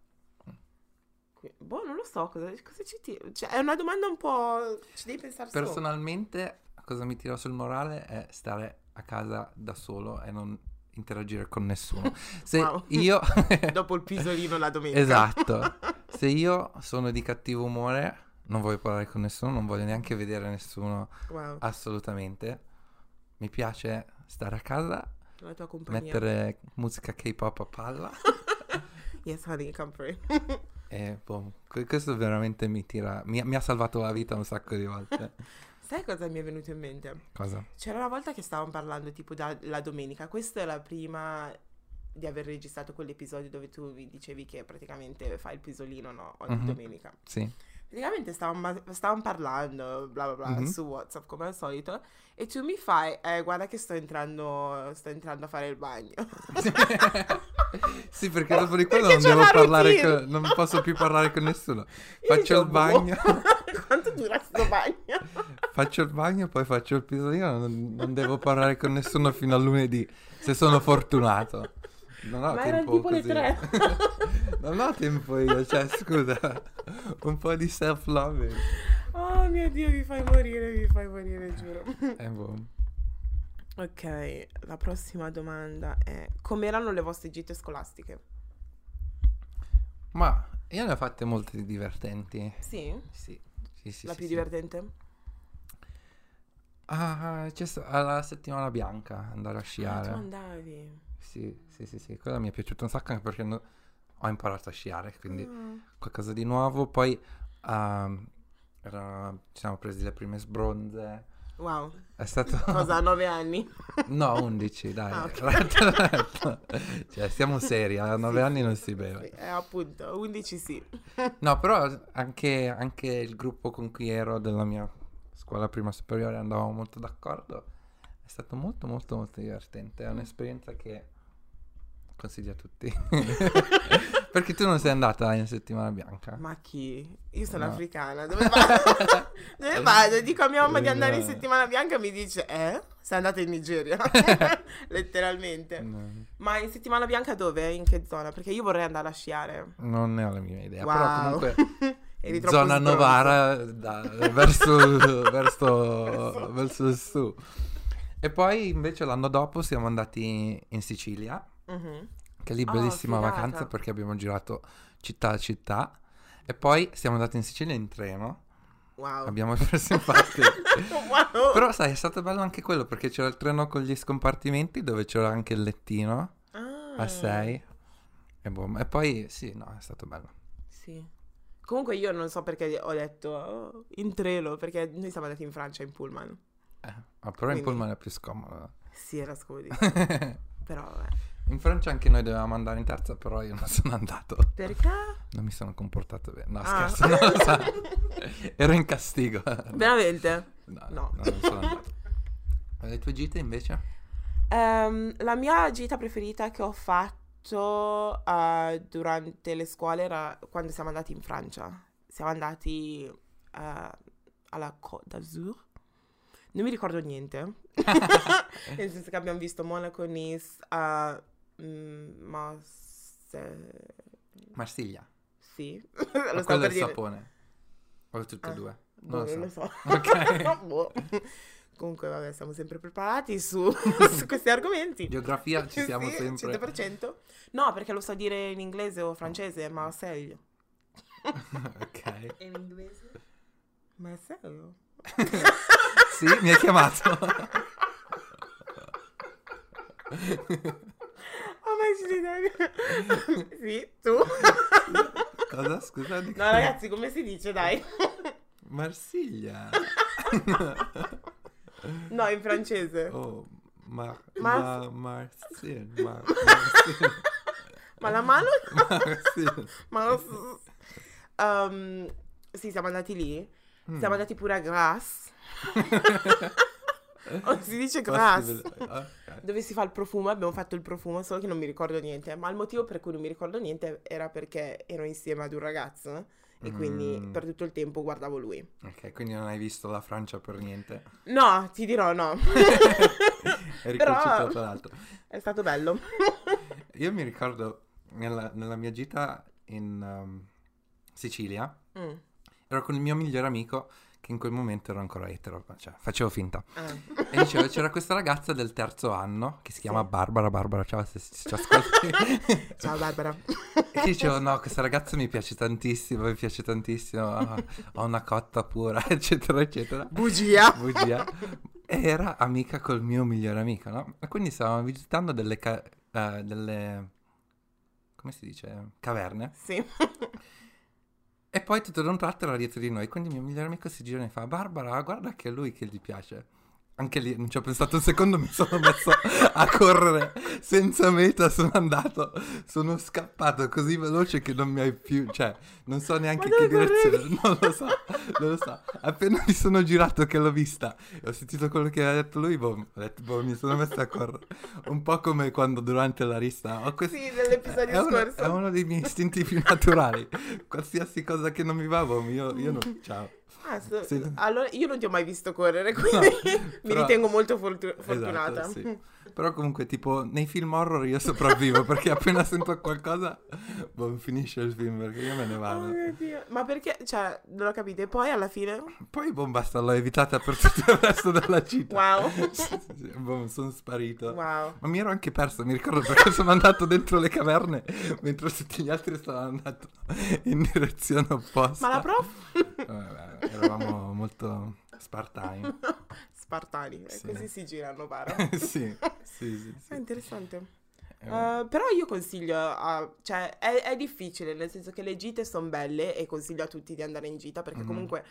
Boh, non lo so, cosa ci cioè, è una domanda un po'... Ci devi pensare su. Personalmente, cosa mi tira sul morale è stare a casa da solo e non interagire con nessuno. Se Wow. io... Dopo il pisolino la domenica. Esatto. Se io sono di cattivo umore, non voglio parlare con nessuno, non voglio neanche vedere nessuno, Wow, assolutamente. Mi piace stare a casa, la tua compagnia. mettere musica K-pop a palla Yes, honey, come free. e boh, questo veramente mi ha salvato la vita un sacco di volte. Sai cosa mi è venuto in mente? Cosa? C'era una volta che stavamo parlando tipo la domenica. Questa è la prima di aver registrato quell'episodio dove tu vi dicevi che praticamente fai il pisolino, no? Ogni Mhm. domenica. Sì. Praticamente stavamo parlando, bla bla bla, Mhm. su WhatsApp come al solito. E tu mi fai, guarda che sto entrando a fare il bagno. Sì, perché dopo di quello Perché non c'è devo la parlare routine. non posso più parlare con nessuno. Io Faccio dicevo, il bagno, "Boh, quanto dura sto bagno?" faccio il bagno, poi faccio il pisolino, non devo parlare con nessuno fino a lunedì, se sono fortunato. Non ho Ma erano tempo tipo le così. 3. Non ho tempo io, cioè scusa, un po' di self-loving. Oh mio Dio, mi fai morire, giuro. Boh. Ok, la prossima domanda è: com'erano le vostre gite scolastiche? Ma io ne ho fatte molte di divertenti. Sì? Sì, sì, La sì, più sì. divertente? Alla settimana bianca andare a Ah, tu sciare. andavi. Sì, quella mi è piaciuta un sacco anche perché ho imparato a sciare, quindi Ah. qualcosa di nuovo. Poi ci siamo presi le prime sbronze. Wow. È stato... Cosa, a 9 anni? No, 11, dai. Ah, ok. Cioè, siamo seri, a 9 Sì, anni sì, non sì, si beve. sì, appunto, 11 sì. No, però anche il gruppo con cui ero della mia scuola prima superiore andavamo molto d'accordo. È stato molto, molto, molto divertente. È un'esperienza che consiglio a tutti. Perché tu non sei andata in settimana bianca? Ma chi? Io sono No. africana, dove vado? Dove vado? Dico a mia mamma di andare in No. settimana bianca e mi dice, sei andata in Nigeria? Letteralmente. No, Ma in settimana bianca dove? In che zona? Perché io vorrei andare a sciare. non ne ho la mia idea. Wow. Però comunque Eri troppo zona sbronzo. Novara verso il su. E poi invece l'anno dopo siamo andati in Sicilia, Mhm. che lì Oh, bellissima figata. vacanza perché abbiamo girato città a città. E poi siamo andati in Sicilia in treno. Wow. Abbiamo preso infatti. Wow. Però sai, è stato bello anche quello perché c'era il treno con gli scompartimenti dove c'era anche il lettino Ah, a 6. E, boh, e poi sì, no, è stato bello. sì. Comunque io non so perché ho detto in treno, perché noi siamo andati in Francia in pullman. Però in Quindi- pullman è più scomodo. Sì, era scomodissimo. Però vabbè. In Francia anche noi dovevamo andare in terza, però io non sono andato. Perché? Non mi sono comportato bene. No, Ah. scherzo, non lo so. Ero in castigo. Veramente? No, No. non sono andato. Ma le tue gite invece? La mia gita preferita che ho fatto durante le scuole era quando siamo andati in Francia. Siamo andati alla Côte d'Azur. Non mi ricordo niente. Nel senso che abbiamo visto Monaco, Nice, Marsiglia. sì, Ma lo quello stavo è per il dire. sapone. O tutte e due? Boh, Non non lo lo so. so. Ok. Boh. Comunque, vabbè, siamo sempre preparati su questi argomenti. Geografia ci siamo Sì, sempre. 100%. No, perché lo so dire in inglese o francese, Marseille. Ok. E in inglese? Marseille. Sì, mi hai chiamato. Oh, ma ci ridere. Sì, tu. Cosa? Scusa? No, ragazzi, come si dice, dai? Marsiglia. No, in francese. Oh, Marsiglia. Marsiglia. Ma la mano? Marsiglia. Ma... sì, siamo andati lì. Siamo andati pure a Grasse. Oh, si dice Grasse. Ok. Dove si fa il profumo, abbiamo fatto il profumo, solo che non mi ricordo niente. Ma il motivo per cui non mi ricordo niente era perché ero insieme ad un ragazzo e quindi per tutto il tempo guardavo lui. Ok, quindi non hai visto la Francia per niente. No, ti dirò no. Eri Però- concitato dall'altro. È stato bello. Io mi ricordo nella mia gita in Sicilia, Mm. ero con il mio migliore amico perché in quel momento ero ancora etero, cioè facevo finta. Ah. E dicevo, c'era questa ragazza del terzo anno che si chiama Barbara, ciao se ci ascolti. Ciao Barbara. E dicevo, no, questa ragazza mi piace tantissimo, ho una cotta pura, eccetera, eccetera. Bugia. E era amica col mio migliore amico, no? E quindi stavamo visitando delle come si dice? Caverne. Sì. E poi tutto da un tratto era dietro di noi, quindi il mio migliore amico si gira e mi fa, Barbara, guarda che è lui che gli piace. Anche lì non ci ho pensato un secondo, mi sono messo a correre senza meta, sono scappato così veloce che non mi hai più, cioè non so neanche Ma che dove direzione, non lo so. Appena mi sono girato che l'ho vista e ho sentito quello che ha detto lui, ho detto, mi sono messo a correre. Un po' come quando durante la rista Sì, nell'episodio scorso. È uno dei miei istinti più naturali. Qualsiasi cosa che non mi va, io non, ciao. Sì. Allora io non ti ho mai visto correre, quindi mi però- ritengo molto fortunata. Esatto, sì. Però comunque tipo nei film horror io sopravvivo perché appena sento qualcosa finisce il film perché io me ne Oh vado. mio Dio. Ma perché, cioè, non lo capite? Poi alla fine, Poi basta, l'ho evitata per tutto il resto della città. wow. Sono sparito. Wow. Ma mi ero anche perso, mi ricordo perché sono andato dentro le caverne mentre tutti gli altri stavano andando in direzione opposta. Ma la prof? Vabbè, eravamo molto spartani. Spartani, Sì. così si girano, pare. sì. È interessante. Eh, Però io consiglio cioè è difficile, nel senso che le gite sono belle e consiglio a tutti di andare in gita perché Mhm. comunque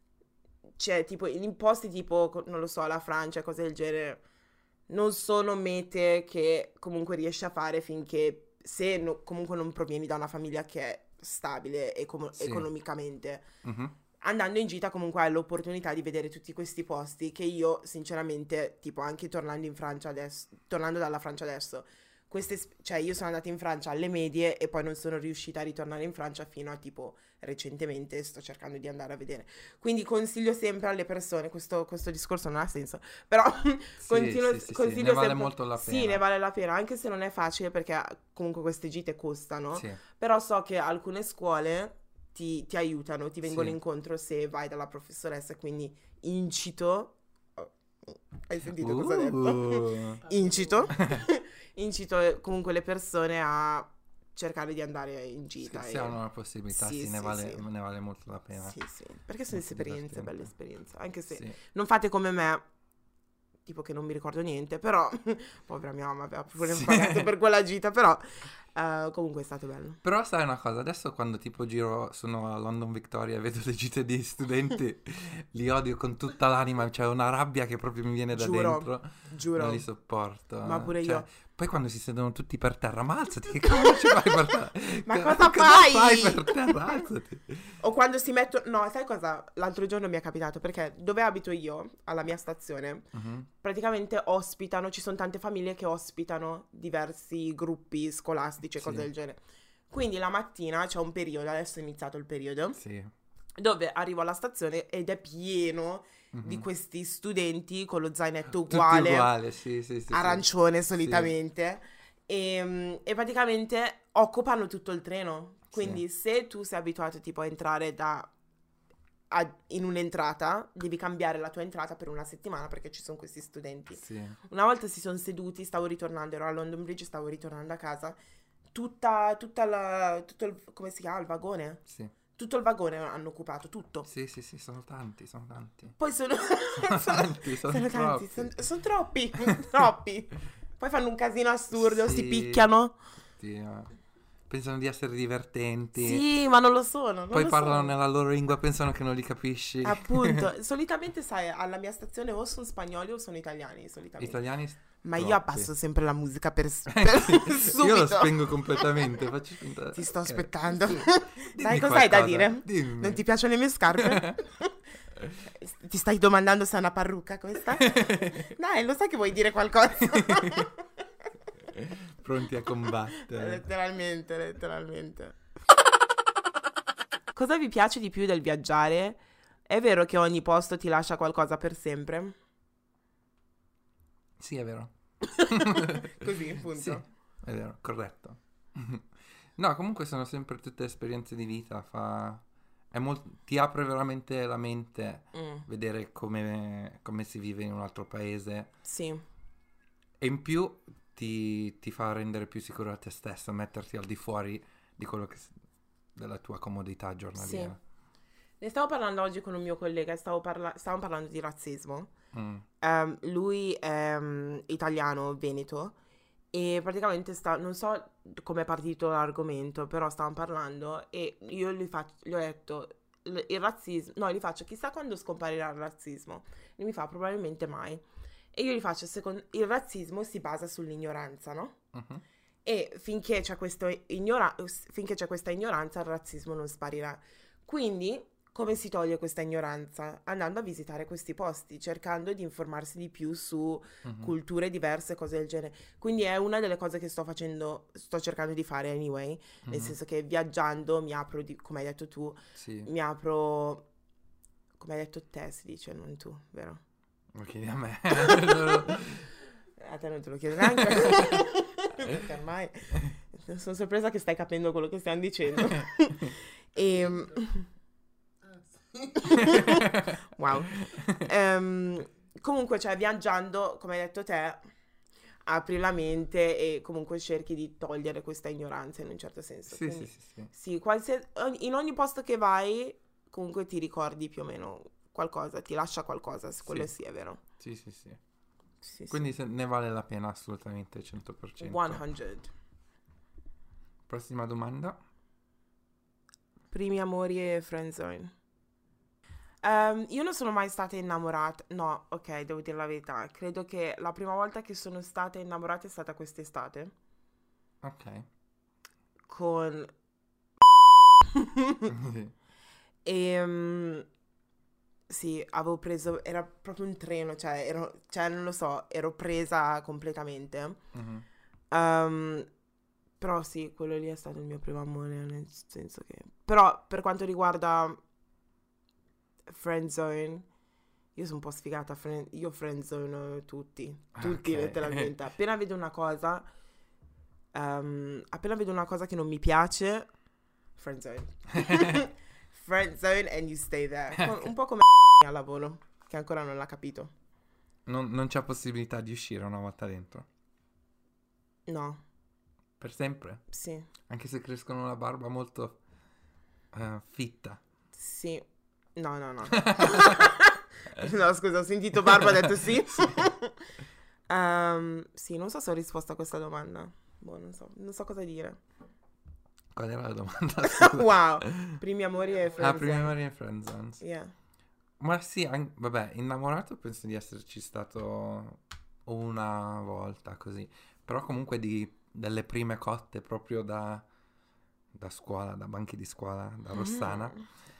c'è tipo in posti tipo, non lo so, la Francia, cose del genere, non sono mete che comunque riesci a fare finché comunque non provieni da una famiglia che è stabile Sì. economicamente. mhm. Andando in gita comunque hai l'opportunità di vedere tutti questi posti che io sinceramente, tipo anche tornando in Francia adesso, tornando dalla Francia adesso, cioè io sono andata in Francia alle medie e poi non sono riuscita a ritornare in Francia fino a tipo recentemente sto cercando di andare a vedere. Quindi consiglio sempre alle persone, questo discorso non ha senso, però consiglio sì, ne vale sempre, molto la sì, pena. ne vale la pena, anche se non è facile perché comunque queste gite costano, Sì. però so che alcune scuole ti aiutano, ti vengono Sì. incontro se vai dalla professoressa, quindi incito, hai sentito cosa ho detto? Incito, incito comunque le persone a cercare di andare in gita. Se hanno la possibilità, Sì, ne sì, vale, sì. ne vale molto la pena. Sì, sì, perché sono Molto esperienze, divertente. belle esperienze, anche se Sì. non fate come me, tipo che non mi ricordo niente, però povera mia mamma aveva pure Sì. pagato per quella gita, però comunque è stato bello. Però sai una cosa, adesso quando tipo sono a London Victoria e vedo le gite di studenti, li odio con tutta l'anima, c'è una rabbia che proprio mi viene da Giuro, dentro, giuro. non li sopporto. Ma pure Cioè, io. Poi quando si sedono tutti per terra, ma alzati, che cavolo ci fai per terra? Ma cosa fai? per terra? Alzati. O quando si mettono... No, sai cosa? L'altro giorno mi è capitato, perché dove abito io, alla mia stazione, Mhm. praticamente ospitano, ci sono tante famiglie che ospitano diversi gruppi scolastici e Sì. cose del genere. Quindi la mattina c'è un periodo, adesso è iniziato il periodo, Sì. dove arrivo alla stazione ed è pieno di Mhm. questi studenti con lo zainetto Tutti uguale, uguali, sì. arancione solitamente, e praticamente occupano tutto il treno. Quindi se tu sei abituato tipo a entrare in un'entrata, devi cambiare la tua entrata per una settimana perché ci sono questi studenti. Sì. Una volta si sono seduti, stavo ritornando, ero a London Bridge, stavo ritornando a casa, tutto il, come si chiama, il vagone? Sì. Tutto il vagone hanno occupato, tutto. Sì, sono tanti. Poi sono Tanti, sono tanti, troppi. sono troppi, troppi. Poi fanno un casino assurdo, si Sì. picchiano. Sì, pensano di essere divertenti. Sì, ma non lo sono. Non Poi lo parlano sono. nella loro lingua, pensano che non li capisci. Appunto, solitamente sai, alla mia stazione o sono spagnoli o sono italiani, solitamente. Italiani Ma io troppi. abbasso sempre la musica per Sì, subito. io lo spengo completamente, faccio finta. Ti sto Ok. aspettando. Sì. Dai, Dimmi cos'hai da qualcosa, dire? dimmi. Non ti piacciono le mie scarpe? Ti stai domandando se è una parrucca questa? Dai, lo sai che vuoi dire qualcosa? Pronti a combattere. Letteralmente. Cosa vi piace di più del viaggiare? È vero che ogni posto ti lascia qualcosa per sempre? Sì, è vero. Così, appunto. Sì, è vero, corretto. No, comunque sono sempre tutte esperienze di vita, ti apre veramente la mente Mm, vedere come si vive in un altro paese sì, e in più ti fa rendere più sicuro a te stesso, metterti al di fuori di quello della tua comodità giornaliera. ne stavo parlando oggi con un mio collega, stavamo parlando di razzismo. Mm, Lui è italiano, veneto, e praticamente non so come è partito l'argomento, però stavamo parlando e io gli ho detto il razzismo, no, gli faccio chissà quando scomparirà il razzismo. E mi fa probabilmente mai. E io gli faccio, il razzismo si basa sull'ignoranza, no? mhm. E finché c'è finché c'è questa ignoranza, il razzismo non sparirà. Quindi, come si toglie questa ignoranza? Andando a visitare questi posti, cercando di informarsi di più su Mhm. culture diverse, cose del genere. Quindi è una delle cose che sto cercando di fare anyway, nel Mhm. senso che viaggiando mi apro, come hai detto tu, Sì, mi apro, come hai detto te si dice, non tu, vero? lo chiedi a me. A te non te lo chiedo neanche. Perché ormai sono sorpresa che stai capendo quello che stiamo dicendo. E, Ah, sì. wow. Comunque, cioè, viaggiando, come hai detto te, apri la mente e comunque cerchi di togliere questa ignoranza in un certo senso. Sì, Quindi, sì, sì, sì. sì, in ogni posto che vai, comunque ti ricordi più o meno qualcosa, ti lascia qualcosa, se quello Sì. sì è vero. Sì, sì, sì. Sì, Quindi ne vale la pena assolutamente 100%. 100. Prossima domanda. Primi amori e friendzone. Io non sono mai stata innamorata. No, ok, devo dire la verità. Credo che la prima volta che sono stata innamorata è stata quest'estate. Ok. Con... Sì. Sì, avevo preso... Era proprio un treno, cioè non lo so, ero presa completamente. Mhm. Però sì, quello lì è stato il mio primo amore, nel senso che... Però per quanto riguarda friendzone, io sono un po' sfigata, io friendzone tutti Ok. letteralmente. Appena vedo una cosa che non mi piace, friendzone. Friendzone and you stay there. Un po' come al lavoro, che ancora non l'ha capito. Non c'è possibilità di uscire una volta dentro. No, Per sempre. sì, Anche se crescono una barba molto fitta. sì, no. No, scusa, ho sentito Barba, ho detto sì. Sì, non so se ho risposto a questa domanda. Boh, non so cosa dire. Qual era la domanda? Scusa. Wow, primi amori e Ah, friendzone. prima Maria in Friendzone. Yeah. Ma sì, vabbè, innamorato penso di esserci stato una volta così. Però comunque delle prime cotte proprio da scuola, da banchi di scuola, da Rossana.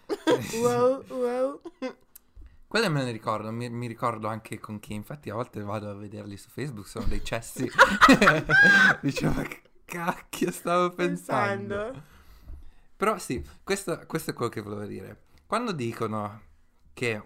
Wow. Quelle me ne ricordo, mi ricordo anche con chi, infatti a volte vado a vederli su Facebook, sono dei cessi. Dicevo, ma che cacchio stavo pensando? Però sì, questo è quello che volevo dire. Quando dicono che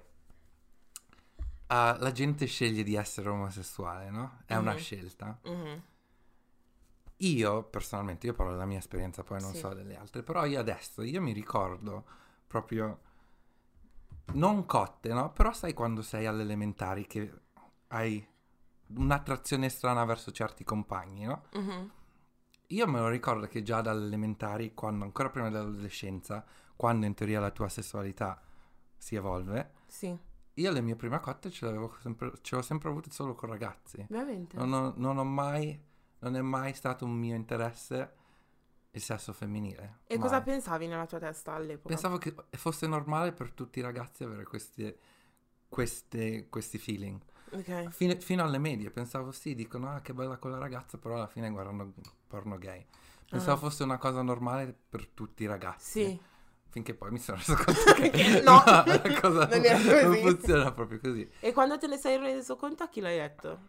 la gente sceglie di essere omosessuale, no? È una Mhm. scelta. Mhm. Io, personalmente, io parlo della mia esperienza, poi non Sì. so delle altre, però io mi ricordo proprio, non cotte, no? Però sai quando sei alle elementari che hai un'attrazione strana verso certi compagni, no? Mhm. Io me lo ricordo che già dalle elementari, quando ancora prima dell'adolescenza, quando in teoria la tua sessualità si evolve, Sì, io le mie prime cotte ce l'ho sempre avute solo con ragazzi. veramente. Non è mai stato un mio interesse il sesso femminile. E mai. cosa pensavi nella tua testa all'epoca? Pensavo che fosse normale per tutti i ragazzi avere questi feeling. Ok. Fino alle medie pensavo sì, dicono ah che bella quella ragazza, però alla fine guardano porno gay. Pensavo fosse una cosa normale per tutti i ragazzi. Sì. Finché poi mi sono reso conto che No, la cosa non era così. non funziona proprio così. E quando te ne sei reso conto, a chi l'hai detto?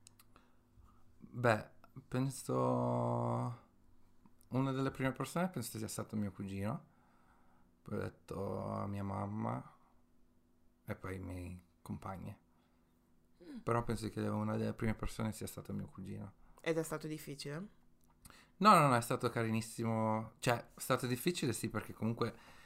Beh, penso una delle prime persone penso sia stato mio cugino, poi ho detto a mia mamma e poi i miei compagni. Però penso che una delle prime persone sia stato mio cugino. Ed è stato difficile? No, è stato carinissimo. Cioè, è stato difficile sì, perché comunque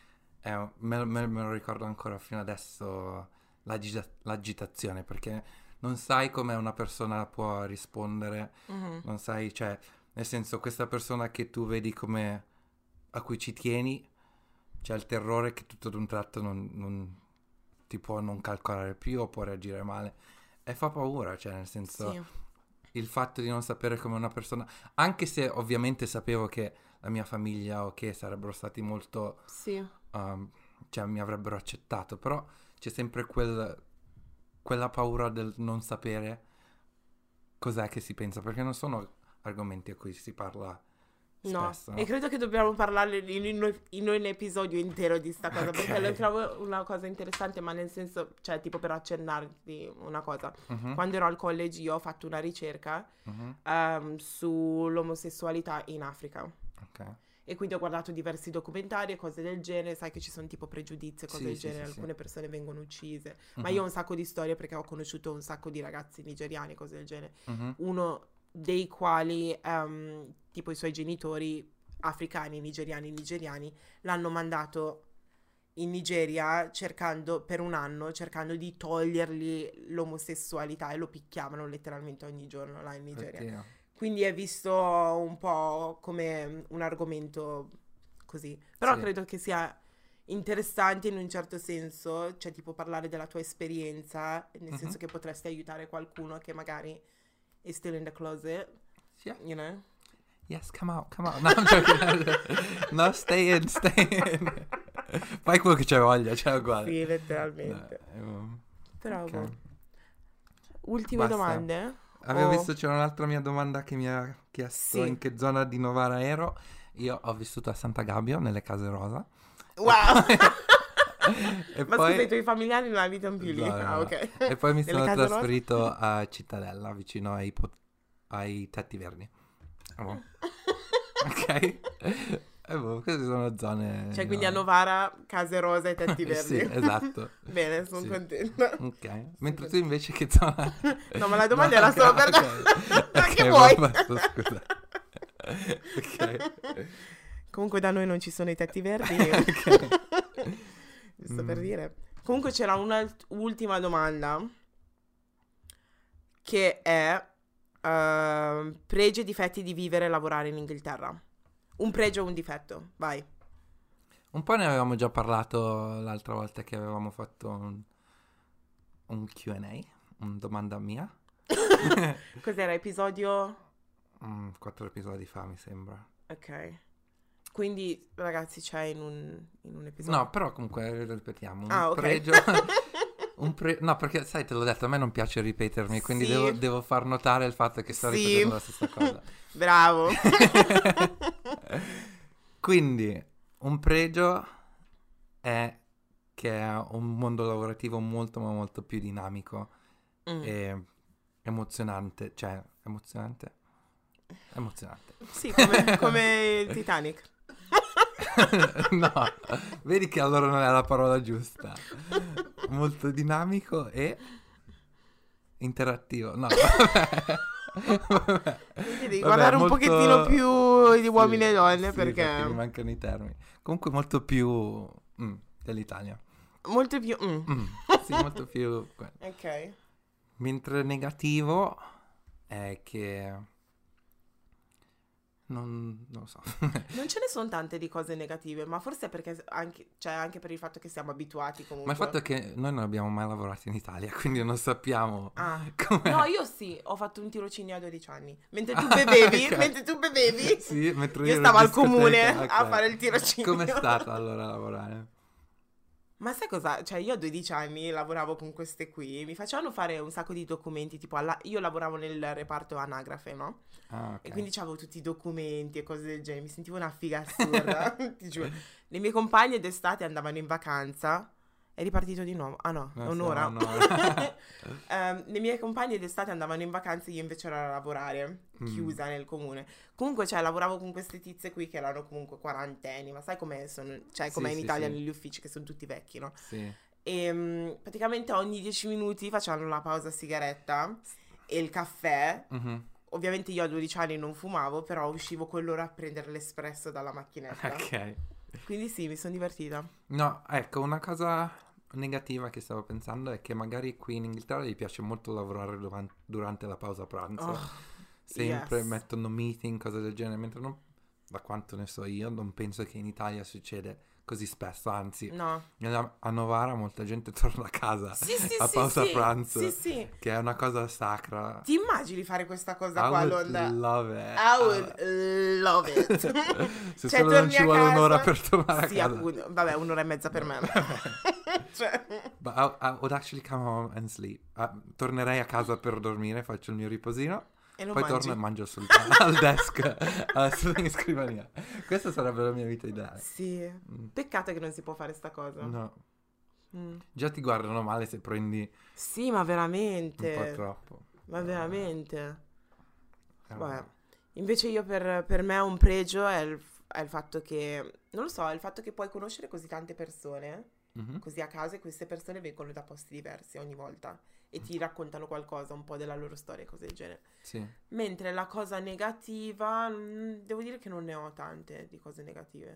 me lo ricordo ancora fino adesso l'agitazione, perché non sai come una persona può rispondere, non sai, cioè, nel senso, questa persona che tu vedi come a cui ci tieni, c'è il terrore che tutto d'un tratto non ti può non calcolare più o può reagire male, e fa paura, cioè, nel senso, Sì. il fatto di non sapere come una persona, anche se ovviamente sapevo che la mia famiglia sarebbero stati molto, Sì. cioè mi avrebbero accettato, però c'è sempre quella paura del non sapere cos'è che si pensa, perché non sono argomenti a cui si parla No, spesso, no? e credo che dobbiamo parlare in un episodio intero di sta cosa, perché Ok. lo trovo una cosa interessante, ma nel senso, cioè, tipo per accennarti una cosa. Mhm, Quando ero al college io ho fatto una ricerca mhm, sull'omosessualità in Africa. ok. E quindi ho guardato diversi documentari e cose del genere, sai che ci sono tipo pregiudizi e cose Sì, del sì, genere, sì, sì. alcune persone vengono uccise. Ma Mhm, io ho un sacco di storie perché ho conosciuto un sacco di ragazzi nigeriani e cose del genere. mhm, Uno dei quali, tipo i suoi genitori africani, nigeriani, l'hanno mandato in Nigeria per un anno, cercando di togliergli l'omosessualità, e lo picchiavano letteralmente ogni giorno là in Nigeria. oddio. Quindi è visto un po' come un argomento così. Però Sì. credo che sia interessante in un certo senso, cioè tipo parlare della tua esperienza, nel senso che potresti aiutare qualcuno che magari è still in the closet, Yeah. you know? Yes, come out. No, I'm joking. No, stay in. Fai quello che c'è voglia, cioè uguale. Sì, letteralmente. Però, ok. boh. Ultime Basta. domande? Avevo Oh. visto, c'era un'altra mia domanda che mi ha chiesto Sì. in che zona di Novara ero. Io ho vissuto a Santa Gabio, nelle case rosa. Wow! E Ma poi... scusa, i tuoi familiari non abitano più lì? No, no, Ah, no. ok. E poi mi Nelle sono case rosa? trasferito a Cittadella, vicino ai tetti verdi. Ah, boh. Ok. E boh, queste sono zone... Cioè, quindi a Novara, case rose e tetti verdi. Sì, esatto. Bene, sono Sì. contenta. Ok. Mentre tu invece che zona... No, ma la domanda era solo per ok. te. Ok, Che vuoi? basta, scusa. Ok. Comunque da noi non ci sono i tetti verdi. Ok. Giusto per dire. Comunque c'era un'ultima domanda che è pregi e difetti di vivere e lavorare in Inghilterra. Un pregio o un difetto? Vai. Un po' ne avevamo già parlato l'altra volta che avevamo fatto un Q&A, un domanda mia. Cos'era? Episodio... 4 episodi fa, mi sembra. Ok. Quindi, ragazzi, c'è in un episodio. No, però comunque ripetiamo. Un Ah, ok. pregio... No, perché sai, te l'ho detto, a me non piace ripetermi, quindi Sì. devo far notare il fatto che sto Sì. ripetendo la stessa cosa. Bravo. Quindi, un pregio è che è un mondo lavorativo molto, ma molto più dinamico e emozionante. Cioè, emozionante? Emozionante. Sì, come il Titanic. No, vedi che allora non è la parola giusta. Molto dinamico e interattivo. No, vabbè. Quindi devi Vabbè, guardare un molto- pochettino più di uomini Sì, e donne sì, perché mi mancano i termini. Comunque molto più dell'Italia. molto più... Sì, molto più... Ok. Mentre negativo è che... Non lo so. Non ce ne sono tante di cose negative, ma forse è perché anche per il fatto che siamo abituati comunque. Ma il fatto è che noi non abbiamo mai lavorato in Italia, quindi non sappiamo Ah. com'è. No, io sì, ho fatto un tirocinio a 12 anni. Mentre tu bevevi, Ok. Sì, mentre io ero stavo in al comune discoteca, a ok. fare il tirocinio. Com'è stata allora lavorare? Ma sai cosa? Cioè, io a 12 anni lavoravo con queste qui, mi facevano fare un sacco di documenti, tipo io lavoravo nel reparto anagrafe, no? Ah, ok. E quindi c'avevo tutti i documenti e cose del genere, mi sentivo una figa assurda, ti giuro. Le mie compagne d'estate andavano in vacanza, è ripartito di nuovo, ah no, è No, un'ora. no. Le mie compagne d'estate andavano in vacanza, io invece ero a lavorare, chiusa nel comune. Comunque, cioè, lavoravo con queste tizie qui che erano comunque quarantenni, ma sai com'è, cioè, com'è in sì, Italia sì. negli uffici, che sono tutti vecchi, no? Sì. E praticamente ogni 10 minuti facevano la pausa sigaretta e il caffè. Mhm. Ovviamente io a 12 anni non fumavo, però uscivo quell'ora a prendere l'espresso dalla macchinetta. Ok. Quindi sì, mi sono divertita. No, ecco, una cosa negativa che stavo pensando è che magari qui in Inghilterra gli piace molto lavorare durante la pausa pranzo. Oh, Sempre yes. mettono meeting, cose del genere, mentre da quanto ne so io, non penso che in Italia succede così spesso, anzi, No. a Novara molta gente torna a casa Sì, sì, a sì, pausa sì. pranzo, Sì, sì. che è una cosa sacra. Ti immagini fare questa cosa I qua a would Londra? love it. I would love it. Se Cioè, solo non torni ci a vuole casa- un'ora per tornare Sì, a casa. vabbè, un'ora e mezza per me. Cioè, But I would actually come home and sleep. Tornerei a casa per dormire, faccio il mio riposino, e lo poi mangi. torno e mangio al desk, sulla scrivania. Questa sarebbe la mia vita ideale. Sì. Peccato che non si può fare sta cosa. No, Mm. già ti guardano male se prendi Sì, ma un po' veramente. troppo. Ma veramente. Eh, Vabbè. Invece io per me un pregio è il fatto che, non lo so, è il fatto che puoi conoscere così tante persone, mhm. così a casa, e queste persone vengono da posti diversi ogni volta e ti raccontano qualcosa, un po' della loro storia e cose del genere. Sì. Mentre la cosa negativa, devo dire che non ne ho tante di cose negative.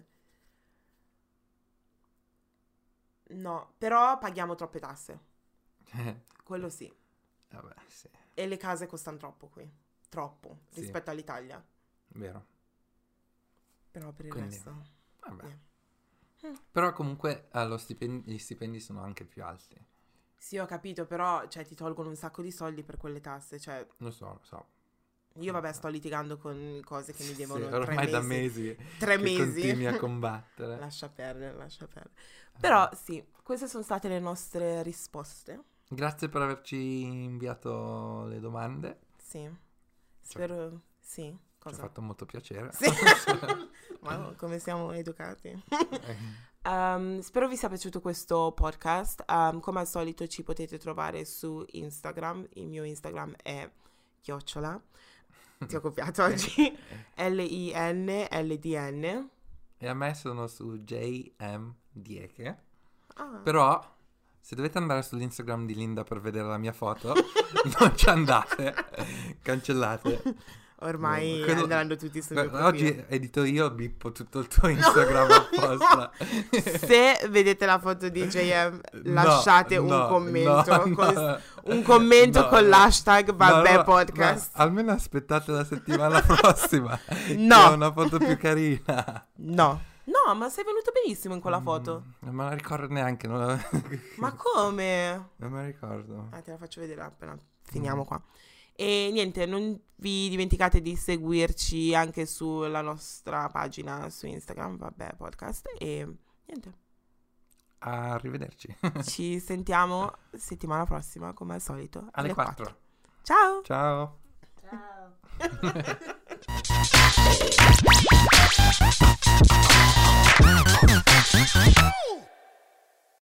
No, però paghiamo troppe tasse, quello sì. Vabbè, sì, E le case costano troppo qui, troppo, Sì. rispetto all'Italia. vero. Però per il Quindi, resto... Vabbè. yeah. Però comunque gli stipendi sono anche più alti. Sì, ho capito, però, cioè, ti tolgono un sacco di soldi per quelle tasse, cioè... Lo so. Io, vabbè, sto litigando con cose che mi Sì, devono ormai 3 da mesi. mesi 3 che mesi. continui a combattere. Lascia perdere, lascia perdere. Però, sì, queste sono state le nostre risposte. Grazie per averci inviato le domande. Sì. Spero... Sì. Ci ha Cosa? fatto molto piacere. Sì. Ma come siamo educati. Spero vi sia piaciuto questo podcast. Come al solito ci potete trovare su Instagram. Il mio Instagram è @. Ti ho copiato oggi. LINLDN. E a me sono su JM Dieke. Ah. Però, se dovete andare sull'Instagram di Linda per vedere la mia foto, non ci andate. Cancellate. Ormai Quello- andranno tutti sul mio profilo. Oggi edito io, bippo tutto il tuo Instagram apposta. Se vedete la foto di JM, No, lasciate un no, commento no, con, no. un commento No, con no. l'hashtag Vabbè No, no, Podcast. no, almeno aspettate la settimana prossima. No. Che ho una foto più carina. No, ma sei venuto benissimo in quella foto. Non me la ricordo neanche. Non Ma come? me la ricordo. Te la faccio vedere appena finiamo qua. E niente, non vi dimenticate di seguirci anche sulla nostra pagina su Instagram, Vabbè Podcast. E niente, Arrivederci. ci sentiamo settimana prossima, come al solito, Alle 4. Ciao! Ciao. Ciao.